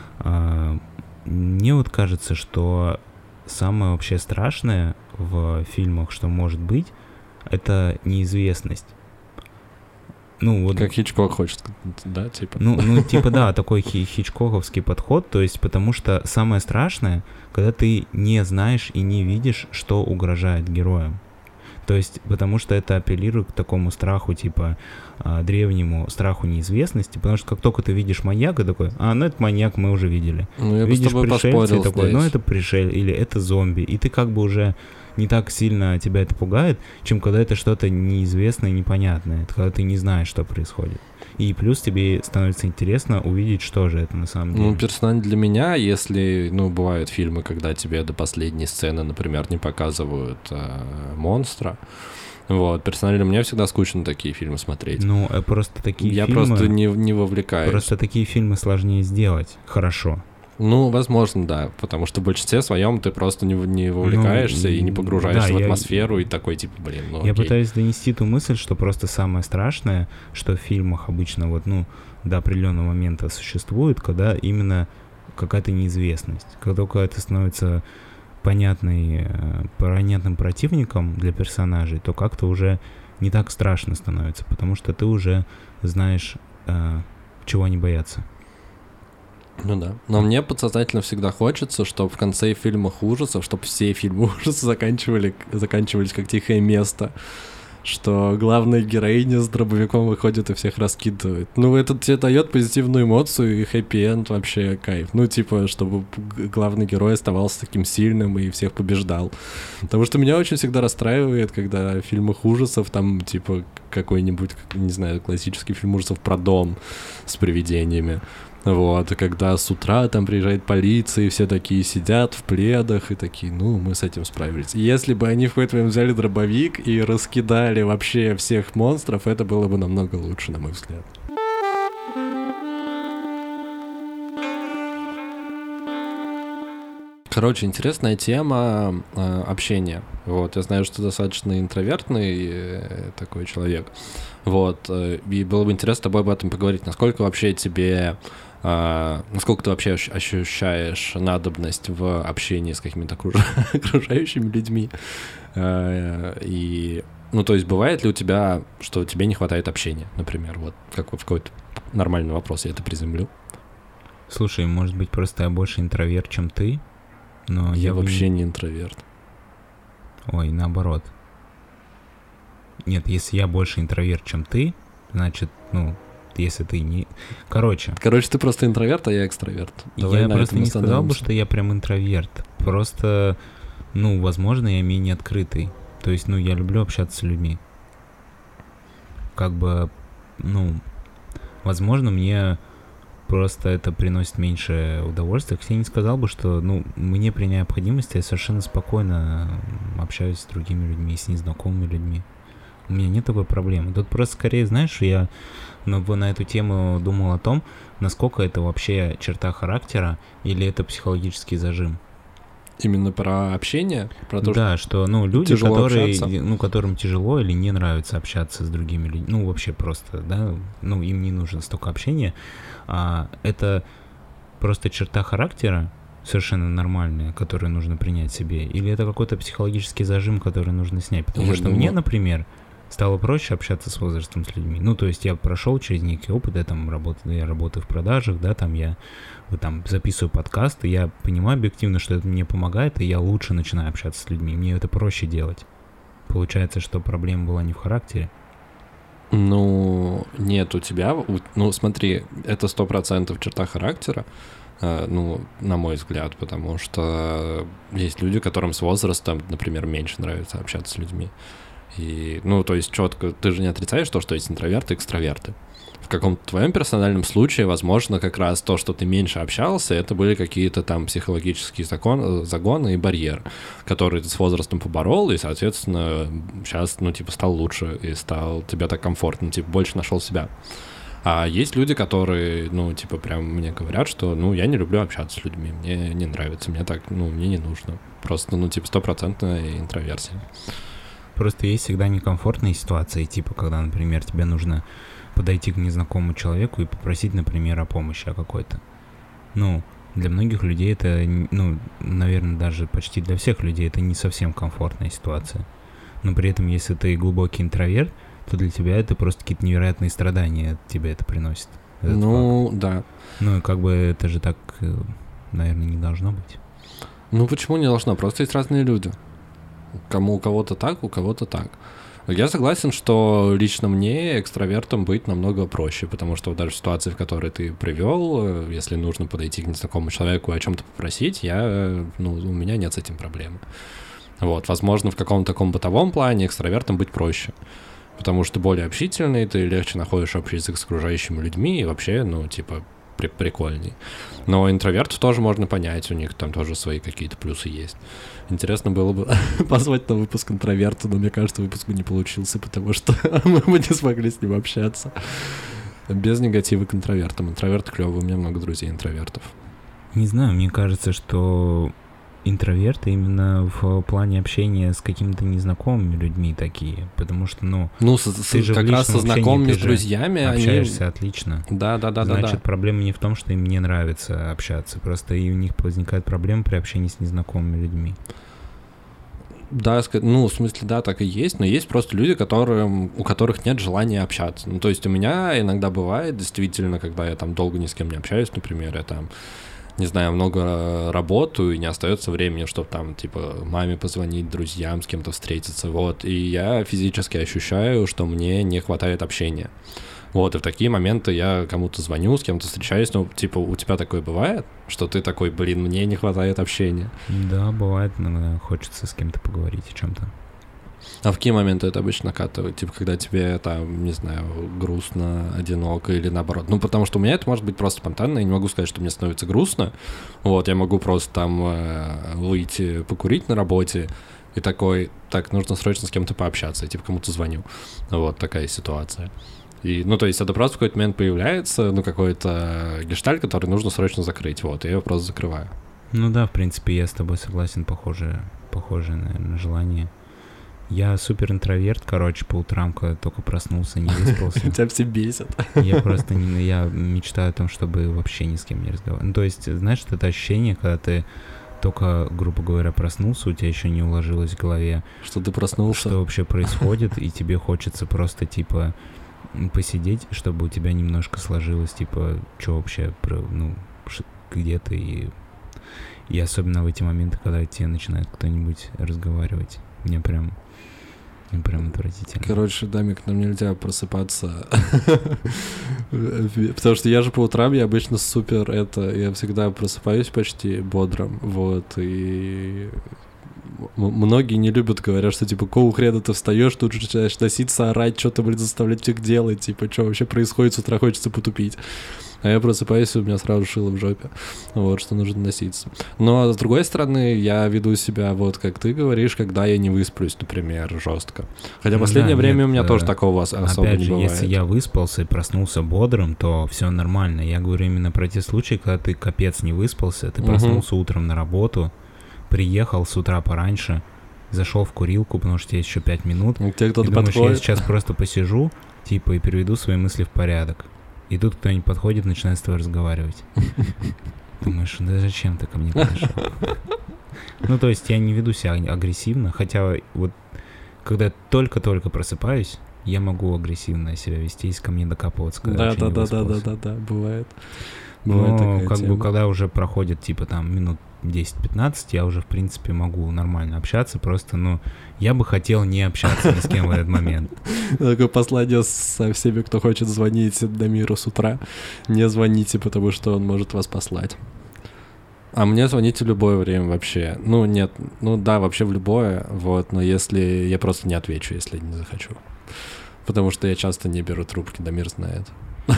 D: А, мне вот кажется, что самое вообще страшное в фильмах, что может быть, это неизвестность. Ну, вот...
C: Как Хичкок хочет, да, типа?
D: Ну, ну типа, да, такой хи- хичкоковский подход, то есть потому что самое страшное, когда ты не знаешь и не видишь, что угрожает героям. То есть, потому что это апеллирует к такому страху, типа, а, древнему страху неизвестности, потому что как только ты видишь маньяка, такой, а, ну это маньяк, мы уже видели.
C: Ну, я
D: Видишь
C: бы с тобой
D: пришельца,
C: поспорил
D: и такой,
C: здесь.
D: ну это пришель, или это зомби, и ты как бы уже не так сильно тебя это пугает, чем когда это что-то неизвестное, непонятное, это когда ты не знаешь, что происходит. И плюс тебе становится интересно увидеть, что же это на самом деле.
C: Ну, персонально для меня, если, ну, бывают фильмы, когда тебе до последней сцены, например, не показывают э, монстра, вот, персонально мне всегда скучно такие фильмы смотреть.
D: Ну, э, просто такие
C: Я
D: фильмы...
C: просто не, не вовлекаюсь.
D: Просто такие фильмы сложнее сделать хорошо.
C: Ну, возможно, да, потому что в большинстве своем ты просто не, не вовлекаешься
D: Ну,
C: и не погружаешься
D: да,
C: в
D: я-
C: атмосферу, и такой, типа, блин, ну
D: Я
C: окей.
D: пытаюсь донести ту мысль, что просто самое страшное, что в фильмах обычно вот, ну, до определенного момента существует, когда именно какая-то неизвестность. Как только это становится понятной, э, понятным противником для персонажей, то как-то уже не так страшно становится, потому что ты уже знаешь, э, чего они боятся.
C: Ну да. Но мне подсознательно всегда хочется, чтобы в конце фильмов ужасов, чтобы все фильмы ужасов заканчивали, заканчивались как «Тихое место». Что главная героиня с дробовиком выходит и всех раскидывает. Ну, это тебе дает позитивную эмоцию и хэппи-энд, вообще кайф. Ну, типа, чтобы г- главный герой оставался таким сильным и всех побеждал. Потому что меня очень всегда расстраивает, когда в фильмах ужасов там, типа, какой-нибудь, не знаю, классический фильм ужасов про дом с привидениями. Вот, и когда с утра там приезжает полиция, и все такие сидят в пледах, и такие, ну, мы с этим справились. И если бы они в какой-то момент взяли дробовик и раскидали вообще всех монстров, это было бы намного лучше, на мой взгляд. Короче, интересная тема э, общения. Вот, я знаю, что ты достаточно интровертный э, такой человек. Вот, э, и было бы интересно с тобой об этом поговорить. Насколько вообще тебе, э, насколько ты вообще ощущаешь надобность в общении с какими-то окруж... окружающими людьми? Э, и, ну, то есть, бывает ли у тебя, что тебе не хватает общения, например? Вот, как какой-то нормальный вопрос, я это приземлю.
D: Слушай, может быть, просто я больше интроверт, чем ты? Но
C: я
D: я
C: вообще
D: не...
C: не интроверт.
D: Ой, наоборот. Нет, если я больше интроверт, чем ты, значит, ну, если ты не... Короче.
C: Короче, ты просто интроверт, а я экстраверт. Давай
D: я просто не сказал бы, что я прям интроверт. Просто, ну, возможно, я менее открытый. То есть, ну, я люблю общаться с людьми. Как бы, ну, возможно, мне... Просто это приносит меньше удовольствия. Я не сказал бы, что, ну, мне при необходимости я совершенно спокойно общаюсь с другими людьми, с незнакомыми людьми. У меня нет такой проблемы. Тут просто скорее, знаешь, я ну, на эту тему думал о том, насколько это вообще черта характера или это психологический зажим.
C: Именно про общение? Про то,
D: да, что, ну, люди, которые,
C: общаться.
D: ну, которым тяжело или не нравится общаться с другими людьми, ну, вообще просто, да, ну, им не нужно столько общения, а это просто черта характера, совершенно нормальная, которую нужно принять себе, или это какой-то психологический зажим, который нужно снять, потому
C: Я
D: что
C: думаю...
D: мне, например, стало проще общаться с возрастом с людьми. Ну, то есть я прошел через некий опыт, я там работаю, я работаю в продажах, да, там я там записываю подкасты, я понимаю объективно, что это мне помогает, и я лучше начинаю общаться с людьми, мне это проще делать. Получается, что проблема была не в характере.
C: Ну, нет, у тебя, ну, смотри, это сто процентов черта характера, э, ну, на мой взгляд, потому что есть люди, которым с возрастом, например, меньше нравится общаться с людьми. И, ну, то есть четко, ты же не отрицаешь то, что есть интроверты и экстраверты. В каком-то твоем персональном случае, возможно, как раз то, что ты меньше общался, это были какие-то там психологические закон, загоны и барьеры, которые ты с возрастом поборол, и, соответственно, сейчас, ну, типа, стал лучше, и стал тебе так комфортно, типа, больше нашел себя. А есть люди, которые, ну, типа, прям мне говорят, что, ну, я не люблю общаться с людьми, мне не нравится, мне так, ну, мне не нужно. Просто, ну, типа, стопроцентная интроверсия.
D: Просто есть всегда некомфортные ситуации, типа, когда, например, тебе нужно подойти к незнакомому человеку и попросить, например, о помощи о какой-то. Ну, для многих людей это, ну, наверное, даже почти для всех людей это не совсем комфортная ситуация. Но при этом, если ты глубокий интроверт, то для тебя это просто какие-то невероятные страдания тебе это приносит.
C: Ну,
D: факт.
C: да.
D: Ну, и как бы это же так, наверное, не должно быть.
C: Ну, почему не должно? Просто есть разные люди. Кому у кого-то так, у кого-то так. Я согласен, что лично мне экстравертом быть намного проще, потому что даже в ситуации, в которой ты привел, если нужно подойти к незнакомому человеку и о чем-то попросить, я, ну, у меня нет с этим проблемы. Вот, возможно, в каком-то таком бытовом плане экстравертом быть проще, потому что более общительный, ты легче находишь общий язык с окружающими людьми и вообще, ну, типа, при- прикольней. Но интровертов тоже можно понять, у них там тоже свои какие-то плюсы есть. Интересно было бы позвать на выпуск интроверта, но мне кажется, выпуск бы не получился, потому что мы бы не смогли с ним общаться. Без негатива к интровертам. Интроверты клёвые, у меня много друзей интровертов.
D: Не знаю, мне кажется, что интроверты именно в плане общения с какими-то незнакомыми людьми такие, потому что, ну,
C: ну с,
D: ты
C: с,
D: же
C: как раз со знакомыми, с друзьями
D: общаешься
C: они...
D: отлично.
C: Да, да, да,
D: Значит,
C: да, да.
D: проблема не в том, что им не нравится общаться, просто и у них возникает проблема при общении с незнакомыми людьми.
C: Да, ну, в смысле, да, так и есть, но есть просто люди, которым, у которых нет желания общаться. Ну, то есть у меня иногда бывает, действительно, когда я там долго ни с кем не общаюсь, например, я там, не знаю, много работаю, и не остается времени, чтобы там, типа, маме позвонить, друзьям, с кем-то встретиться, вот, и я физически ощущаю, что мне не хватает общения. Вот, и в такие моменты я кому-то звоню, с кем-то встречаюсь, ну, типа, у тебя такое бывает, что ты такой, блин, мне не хватает общения?
D: Да, бывает, иногда хочется с кем-то поговорить о чем-то.
C: А в какие моменты это обычно накатывает? Типа, когда тебе, там, не знаю, грустно, одиноко или наоборот? Ну, потому что у меня это может быть просто спонтанно, я не могу сказать, что мне становится грустно. Вот, я могу просто там э, выйти покурить на работе и такой, так, нужно срочно с кем-то пообщаться, я типа кому-то звоню. Вот такая ситуация. И, ну, то есть это просто в какой-то момент появляется, ну, какой-то гештальт, который нужно срочно закрыть, вот, и я его просто закрываю.
D: Ну да, в принципе, я с тобой согласен, похоже, похожее, наверное, желание. Я супер интроверт, короче, по утрам, когда только проснулся, не выспался.
C: Тебя все бесят.
D: Я просто не, я мечтаю о том, чтобы вообще ни с кем не разговаривать. Ну, то есть, знаешь, это ощущение, когда ты только, грубо говоря, проснулся, у тебя еще не уложилось в голове,
C: Что ты проснулся.
D: что вообще происходит, и тебе хочется просто, типа, посидеть, чтобы у тебя немножко сложилось, типа, что вообще, ну, где ты, и, и особенно в эти моменты, когда тебе начинает кто-нибудь разговаривать, мне прям... Мне прям отвратительно.
C: Короче, Дамик, нам нельзя просыпаться. Потому что я же по утрам, я обычно супер это... Я всегда просыпаюсь почти бодрым, вот, и... Многие не любят, говорят, что, типа, какого хрена ты встаешь, тут же начинаешь носиться, орать, что-то, блин, заставлять всех делать, типа, что вообще происходит, с утра хочется потупить. А я просыпаюсь, и у меня сразу шило в жопе, вот, что нужно носиться. Но, с другой стороны, я веду себя, вот, как ты говоришь, когда я не высплюсь, например, жестко. Хотя
D: Ну
C: последнее
D: да,
C: время
D: нет,
C: у меня
D: э,
C: тоже такого ос- особо
D: Опять
C: не
D: же,
C: бывает.
D: если я выспался и проснулся бодрым, то все нормально. Я говорю именно про те случаи, когда ты капец не выспался, ты
C: Мгм.
D: проснулся утром на работу, приехал с утра пораньше, зашел в курилку, потому что есть еще пять минут,
C: Ну, Тебе
D: и
C: кто-то
D: думаешь, я
C: подходит.
D: сейчас просто посижу, типа, и переведу свои мысли в порядок. И тут кто-нибудь подходит, начинает с тобой разговаривать. Думаешь, да зачем ты ко мне подошел? Ну, то есть я не веду себя агрессивно, хотя вот когда я только-только просыпаюсь, я могу агрессивно себя вести, если ко мне докапываться, когда
C: Да,
D: я
C: да,
D: вообще не
C: да, да, да,
D: выспался.
C: да, да, бывает. Бывает
D: Но
C: такая
D: как бы
C: тема.
D: когда уже проходит типа там минут десять-пятнадцать, я уже в принципе могу нормально общаться, просто, ну, я бы хотел не общаться ни с кем в этот момент.
C: Такое послание со всеми, кто хочет звонить Дамиру с утра. Не звоните, потому что он может вас послать. А мне звоните в любое время вообще. Ну, нет, ну да, вообще в любое, вот, но если я просто не отвечу, если не захочу. Потому что я часто не беру трубки, Дамир знает.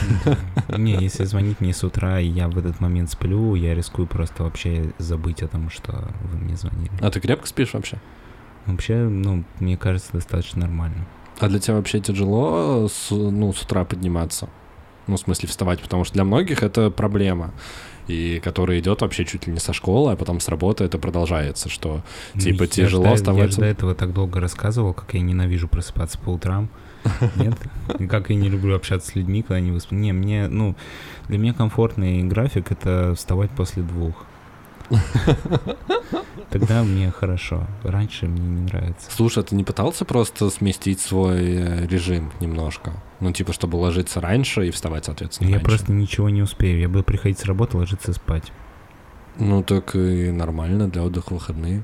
D: Не, если звонить мне с утра, и я в этот момент сплю, я рискую просто вообще забыть о том, что вы мне звонили.
C: А ты крепко спишь вообще?
D: Вообще, ну, мне кажется, достаточно нормально.
C: А для тебя вообще тяжело с, ну, с утра подниматься? Ну, в смысле вставать, потому что для многих это проблема, и которая идет вообще чуть ли не со школы, а потом с работы это продолжается, что типа
D: Я
C: тяжело
D: ж до-
C: вставать.
D: Я же до этого так долго рассказывал, как я ненавижу просыпаться по утрам. Нет? И как я не люблю общаться с людьми, когда они выспаны. Не, мне, ну, для меня комфортный график — это вставать после двух. Тогда мне хорошо. Раньше мне не нравится.
C: Слушай, а ты не пытался просто сместить свой э, режим немножко? Ну, типа, чтобы ложиться раньше и вставать, соответственно,
D: Я
C: раньше.
D: просто ничего не успею. Я буду приходить с работы, ложиться спать.
C: Ну, так и нормально, для отдыха в выходные.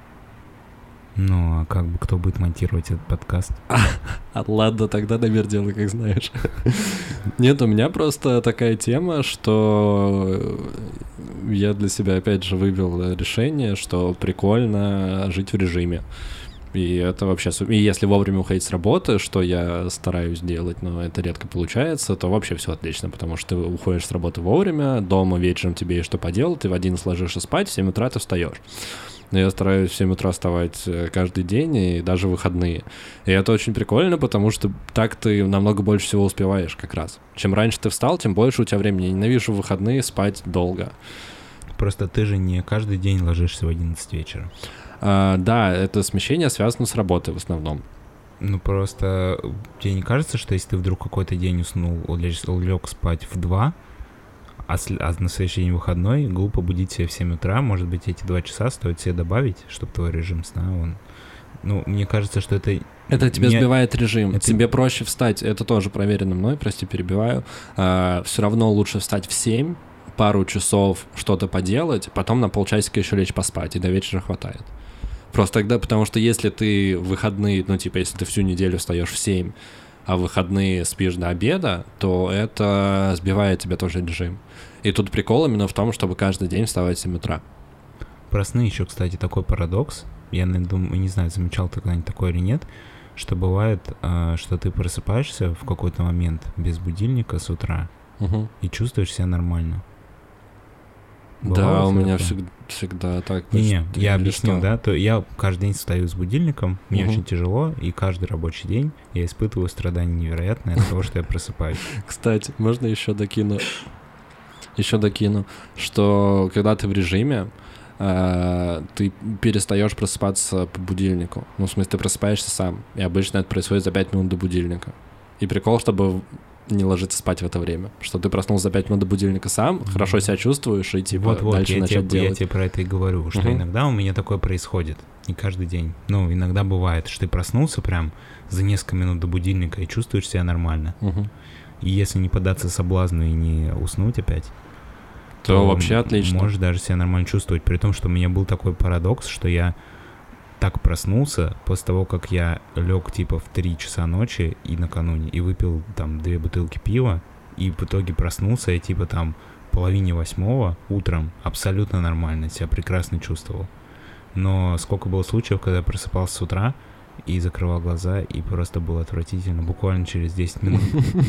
D: Ну, а как бы кто будет монтировать этот подкаст?
C: А, ладно, тогда, наверное, делай, как знаешь. Нет, у меня просто такая тема, что я для себя, опять же, вывел решение, что прикольно жить в режиме. И это вообще... су- И если вовремя уходить с работы, что я стараюсь делать, но это редко получается, то вообще все отлично, потому что ты уходишь с работы вовремя, дома вечером тебе есть что поделать, ты в один ложишься спать, в семь утра ты встаешь. Но я стараюсь в семь утра вставать э, каждый день и даже в выходные. И это очень прикольно, потому что так ты намного больше всего успеваешь как раз. Чем раньше ты встал, тем больше у тебя времени. Я ненавижу в выходные спать долго.
D: Просто ты же не каждый день ложишься в одиннадцать вечера.
C: А, да, это смещение связано с работой в основном.
D: Ну, просто тебе не кажется, что если ты вдруг какой-то день уснул, лег спать в два, а, сл- а на следующий день выходной, глупо будить себя в семь утра, может быть, эти два часа стоит себе добавить, чтобы твой режим сна, он... Ну, мне кажется, что это...
C: Это тебе
D: не-
C: сбивает режим.
D: это-
C: Тебе проще встать, это тоже проверено мной, прости, перебиваю. А, все равно лучше встать в семь, пару часов что-то поделать, потом на полчасика еще лечь поспать, и до вечера хватает. Просто тогда, потому что если ты в выходные, ну, типа, если ты всю неделю встаешь в семь, а в выходные спишь до обеда, то это сбивает тебе тоже режим. И тут прикол именно в том, чтобы каждый день вставать в семь утра.
D: Про сны еще, кстати, такой парадокс. Я не думаю, не знаю, замечал ты когда-нибудь такое или нет, что бывает, э, что ты просыпаешься в какой-то момент без будильника с утра
C: Угу.
D: и чувствуешь себя нормально.
C: Да,
D: Бывало
C: у меня
D: такое?
C: всегда, всегда так.
D: Не-не,
C: Ты
D: я
C: или
D: объясню,
C: что?
D: да, то я каждый день встаю с будильником, мне
C: Мгм.
D: очень тяжело, и каждый рабочий день я испытываю страдания невероятные от того, что я просыпаюсь.
C: Кстати, можно еще докину? Еще докину, что когда ты в режиме, э, ты перестаешь просыпаться по будильнику. Ну, в смысле, ты просыпаешься сам. И обычно это происходит за пять минут до будильника. И прикол, чтобы не ложиться спать в это время. Что ты проснулся за пять минут до будильника сам, mm-hmm. хорошо себя чувствуешь, и типа
D: вот, вот,
C: дальше
D: я
C: начать
D: тебе,
C: делать.
D: Я тебе про это и говорю, что uh-huh. иногда у меня такое происходит. Не каждый день. Ну, иногда бывает, что ты проснулся прям за несколько минут до будильника и чувствуешь себя нормально. Uh-huh. И если не поддаться соблазну и не уснуть опять,
C: то, то вообще отлично.
D: Можешь даже себя нормально чувствовать. При том, что у меня был такой парадокс, что я так проснулся после того, как я лег типа в три часа ночи и накануне, и выпил там две бутылки пива, и в итоге проснулся я типа там в половине восьмого утром абсолютно нормально, себя прекрасно чувствовал. Но сколько было случаев, когда я просыпался с утра и закрывал глаза, и просто было отвратительно, буквально через десять минут.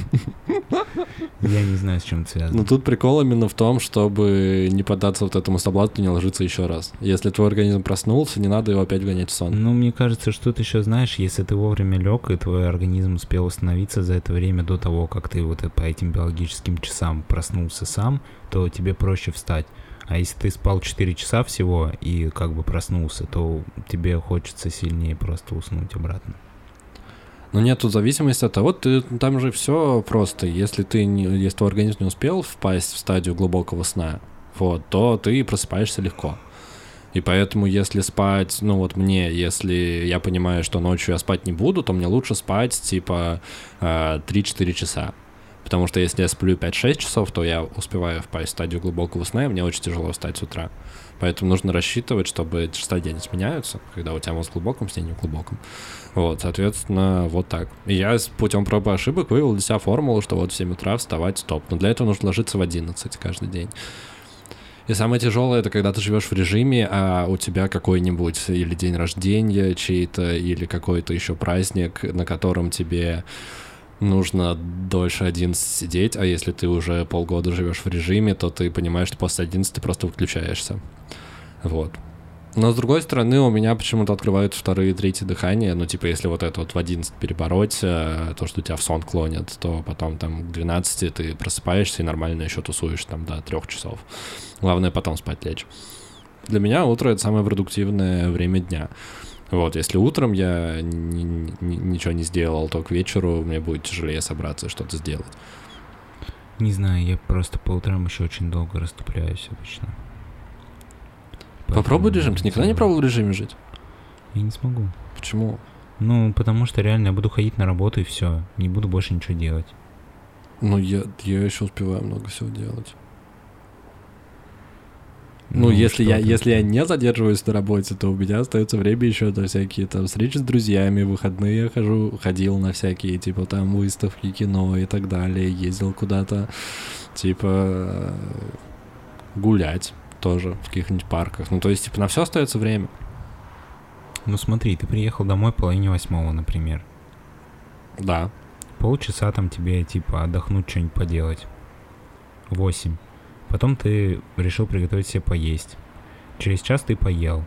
D: Я не знаю, с чем это связано.
C: Ну тут прикол именно в том, чтобы не поддаться вот этому соблазну, не ложиться еще раз. Если твой организм проснулся, не надо его опять гонять в сон.
D: Ну, мне кажется, что ты еще знаешь, если ты вовремя лег, и твой организм успел восстановиться за это время до того, как ты вот по этим биологическим часам проснулся сам, то тебе проще встать. А если ты спал четыре часа всего и как бы проснулся, то тебе хочется сильнее просто уснуть обратно.
C: Ну нет, тут зависимость от того, ты, там же все просто. Если ты не, если твой организм не успел впасть в стадию глубокого сна, вот, то ты просыпаешься легко. И поэтому, если спать, ну вот мне, если я понимаю, что ночью я спать не буду, то мне лучше спать типа три-четыре часа. Потому что если я сплю пять-шесть часов, то я успеваю впасть в стадию глубокого сна, и мне очень тяжело встать с утра. Поэтому нужно рассчитывать, чтобы часа день сменяются, когда у тебя мозг в глубоком сне, не в глубоком. Вот, соответственно, вот так. И я путем проб и ошибок вывел для себя формулу, что вот в семь утра вставать стоп. Но для этого нужно ложиться в одиннадцать каждый день. И самое тяжелое — это когда ты живешь в режиме, а у тебя какой-нибудь или день рождения чей-то, или какой-то еще праздник, на котором тебе нужно дольше одиннадцати сидеть, а если ты уже полгода живешь в режиме, то ты понимаешь, что после одиннадцати ты просто выключаешься. Вот. Но с другой стороны, у меня почему-то открываются вторые и третьи дыхания. Ну, типа, если вот это вот в одиннадцать перебороть, то, что тебя в сон клонит, то потом там к двенадцати ты просыпаешься и нормально еще тусуешь там до трех часов. Главное потом спать лечь. Для меня утро — это самое продуктивное время дня. Вот, если утром я ни, ни, ничего не сделал, то к вечеру мне будет тяжелее собраться и что-то сделать.
D: Не знаю, я просто по утрам еще очень долго расступляюсь обычно.
C: Попробуй режим. Ты никогда не пробовал в режиме жить?
D: Я не смогу.
C: Почему?
D: Ну, потому что реально я буду ходить на работу и все. Не буду больше ничего делать.
C: Ну, я, я еще успеваю много всего делать. Ну, ну если, я, если я не задерживаюсь на работе, то у меня остается время еще на всякие там встречи с друзьями, выходные я хожу, ходил на всякие, типа, там, выставки, кино и так далее, ездил куда-то, типа, гулять тоже в каких-нибудь парках. Ну, то есть, типа, на все остается время.
D: Ну, смотри, ты приехал домой в половине восьмого, например.
C: Да.
D: Полчаса там тебе, типа, отдохнуть, что-нибудь поделать. Восемь. Потом ты решил приготовить себе поесть. Через час ты поел.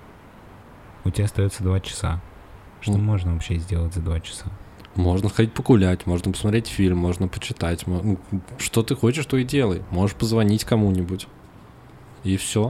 D: У тебя остается два часа. Что mm. можно вообще сделать за два часа?
C: Можно ходить погулять, можно посмотреть фильм, можно почитать. Что ты хочешь, то и делай. Можешь позвонить кому-нибудь. И все.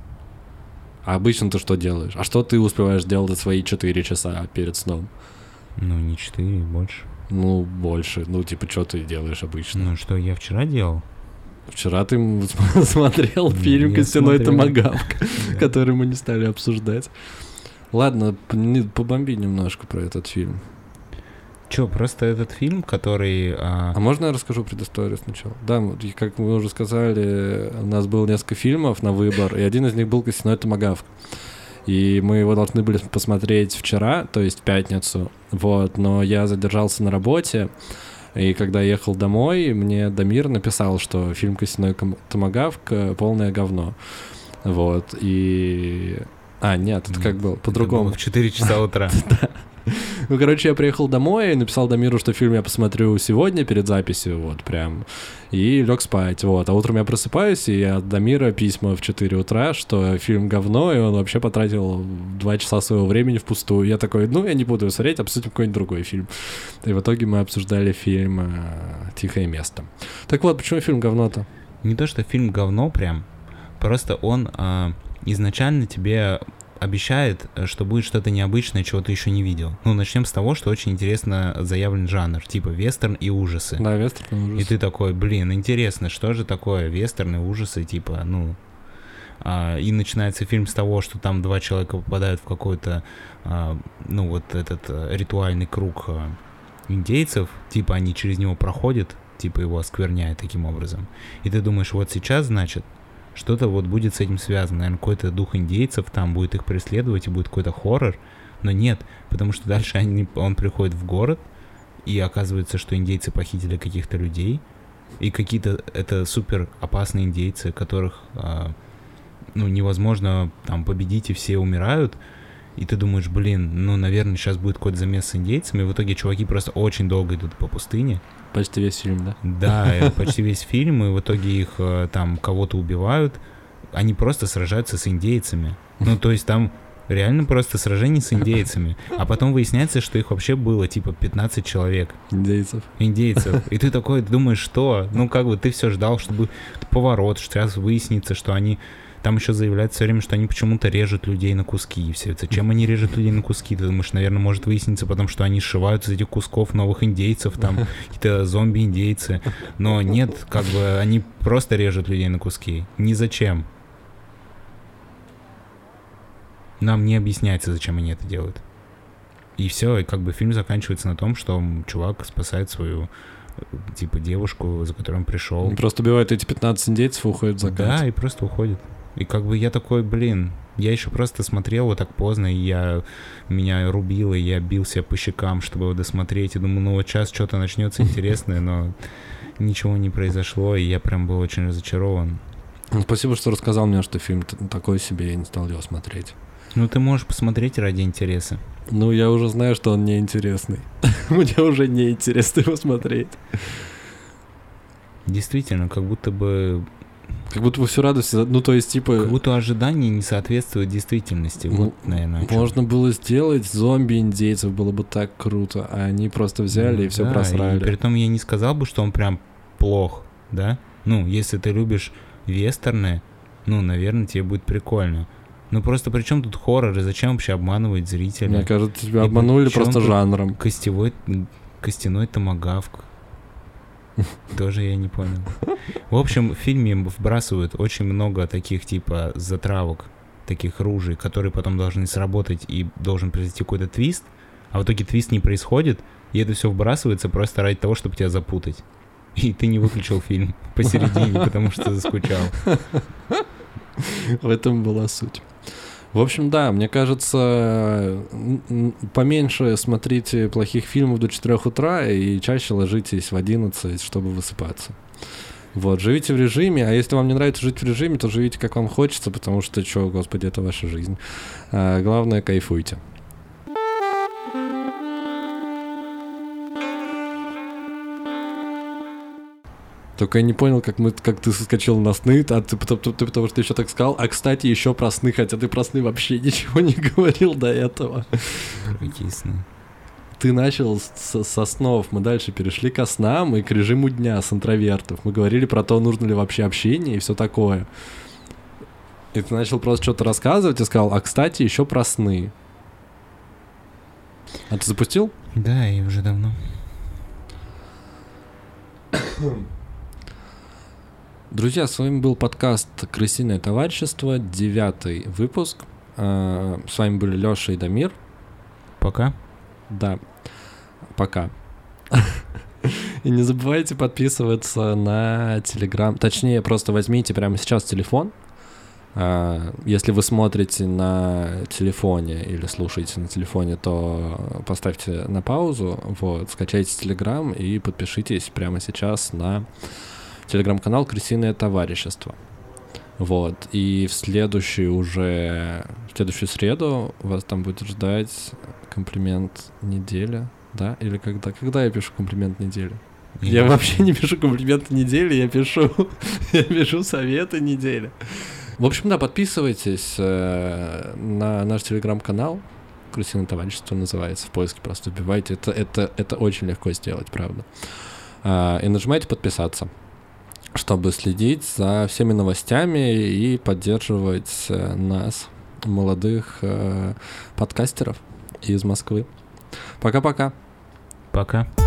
C: А обычно ты что делаешь? А что ты успеваешь делать за свои четыре часа перед сном?
D: Ну, не четыре, больше.
C: Ну, больше. Ну, типа, что ты делаешь обычно?
D: Ну, что я вчера делал?
C: Вчера ты смотрел фильм «Костяной томагавк», который мы не стали обсуждать. Ладно, побомби немножко про этот фильм.
D: Чё, просто этот фильм, который... А,
C: а можно я расскажу предысторию сначала? Да, как мы уже сказали, у нас было несколько фильмов на выбор, и один из них был «Костяной томагавк». И мы его должны были посмотреть вчера, то есть в пятницу, вот, но я задержался на работе. И когда ехал домой, мне Дамир написал, что фильм «Костяной томагавк» — полное говно. Вот, и... А, нет, это как было по-другому.
D: Это было в четыре часа утра.
C: Да. Ну, короче, я приехал домой и написал Дамиру, что фильм я посмотрю сегодня перед записью, вот, прям, и лег спать, вот. А утром я просыпаюсь, и от Дамира письма в четыре утра, что фильм говно, и он вообще потратил два часа своего времени впустую. Я такой, ну, я не буду его смотреть, обсудим какой-нибудь другой фильм. И в итоге мы обсуждали фильм «Тихое место». Так вот, почему фильм говно-то?
D: Не то, что фильм говно прям, просто он... А... изначально тебе обещает, что будет что-то необычное, чего ты еще не видел. Ну, начнем с того, что очень интересно заявлен жанр, типа вестерн и ужасы.
C: Да, вестерн и ужасы.
D: И ты такой, блин, интересно, что же такое вестерн и ужасы, типа, ну... А, и начинается фильм с того, что там два человека попадают в какой-то, а, ну, вот этот а, ритуальный круг а, индейцев, типа они через него проходят, типа его оскверняют таким образом. И ты думаешь, вот сейчас, значит, что-то вот будет с этим связано, наверное, какой-то дух индейцев там будет их преследовать, и будет какой-то хоррор, но нет, потому что дальше они, он приходит в город, и оказывается, что индейцы похитили каких-то людей, и какие-то, это супер опасные индейцы, которых, а, ну, невозможно там победить, и все умирают, и ты думаешь, блин, ну, наверное, сейчас будет какой-то замес с индейцами, и в итоге чуваки просто очень долго идут по пустыне.
C: Почти весь фильм, да?
D: Да, почти весь фильм, и в итоге их там кого-то убивают. Они просто сражаются с индейцами. Ну, то есть там реально просто сражение с индейцами. А потом выясняется, что их вообще было типа пятнадцать человек.
C: Индейцев.
D: Индейцев. И ты такой думаешь, что? Ну, как бы ты все ждал, чтобы поворот, что сейчас выяснится, что они... Там еще заявляют все время, что они почему-то режут людей на куски. И все это. Чем они режут людей на куски? Ты думаешь, наверное, может выясниться, потому что они сшивают из этих кусков новых индейцев, там, какие-то зомби-индейцы. Но нет, как бы они просто режут людей на куски. Ни зачем. Нам не объясняется, зачем они это делают. И все, и как бы фильм заканчивается на том, что чувак спасает свою, типа, девушку, за которой он пришел.
C: Он просто убивает эти пятнадцать индейцев и уходит в закат.
D: Да, и просто уходит. И как бы я такой, блин, я еще просто смотрел вот так поздно, и я, меня рубило, и я бился по щекам, чтобы его досмотреть, и думаю, ну вот сейчас что-то начнется интересное, но ничего не произошло, и я прям был очень разочарован.
C: Спасибо, что рассказал мне, что фильм такой себе, я не стал его смотреть.
D: Ну ты можешь посмотреть ради интереса.
C: Ну я уже знаю, что он неинтересный. Мне уже неинтересно его смотреть.
D: Действительно, как будто бы...
C: Как будто бы всю радость, ну то есть типа...
D: Как будто ожидания не соответствуют действительности,
C: ну,
D: вот, наверное.
C: Можно было сделать зомби-индейцев, было бы так круто, а они просто взяли ну, и все
D: да,
C: просрали.
D: И при том я не сказал бы, что он прям плох, да? Ну, если ты любишь вестерны, ну, наверное, тебе будет прикольно. Ну, просто при чем тут хоррор, и зачем вообще обманывать зрителя?
C: Мне кажется, тебя и обманули просто жанром.
D: Костевой, костяной томагавк. Тоже я не понял. В общем, в фильме вбрасывают очень много таких типа затравок, таких ружей, которые потом должны сработать и должен произойти какой-то твист, а в итоге твист не происходит, и это все вбрасывается просто ради того, чтобы тебя запутать. И ты не выключил фильм посередине, потому что заскучал.
C: В этом была суть. В общем, да, мне кажется, поменьше смотрите плохих фильмов до четырёх утра и чаще ложитесь в одиннадцать, чтобы высыпаться. Вот, живите в режиме, а если вам не нравится жить в режиме, то живите как вам хочется, потому что, что, господи, это ваша жизнь. А, главное, кайфуйте. Только я не понял, как, мы, как ты соскочил на сны, а ты, ты, ты, ты потому что ты еще так сказал. А, кстати, еще про сны, хотя ты про сны вообще ничего не говорил до этого.
D: Какие сны?
C: Ты начал с, со снов, мы дальше перешли ко снам и к режиму дня с интровертов. Мы говорили про то, нужно ли вообще общение и все такое. И ты начал просто что-то рассказывать и сказал, а, кстати, еще про сны. А ты запустил?
D: Да, и уже давно.
C: Друзья, с вами был подкаст «Крысиное товарищество», девятый выпуск. С вами были Лёша и Дамир.
D: Пока.
C: Да, пока. И не забывайте подписываться на Телеграм. Точнее, просто возьмите прямо сейчас телефон. Если вы смотрите на телефоне или слушаете на телефоне, то поставьте на паузу, вот, скачайте Телеграм и подпишитесь прямо сейчас на Телеграм-канал «Крысиное товарищество». Вот. И в следующую уже, в следующую среду вас там будет ждать комплимент недели, да? Или когда? Когда я пишу комплимент недели? Mm-hmm. Я вообще не пишу комплименты недели, я пишу, я пишу советы недели. В общем, да, подписывайтесь э, на наш Телеграм-канал. «Крысиное товарищество» называется. В поиске просто вбивайте. Это, это, это очень легко сделать, правда. А, и нажимайте «Подписаться». чтобы следить за всеми новостями и поддерживать нас, молодых э, подкастеров из Москвы. Пока-пока.
D: Пока.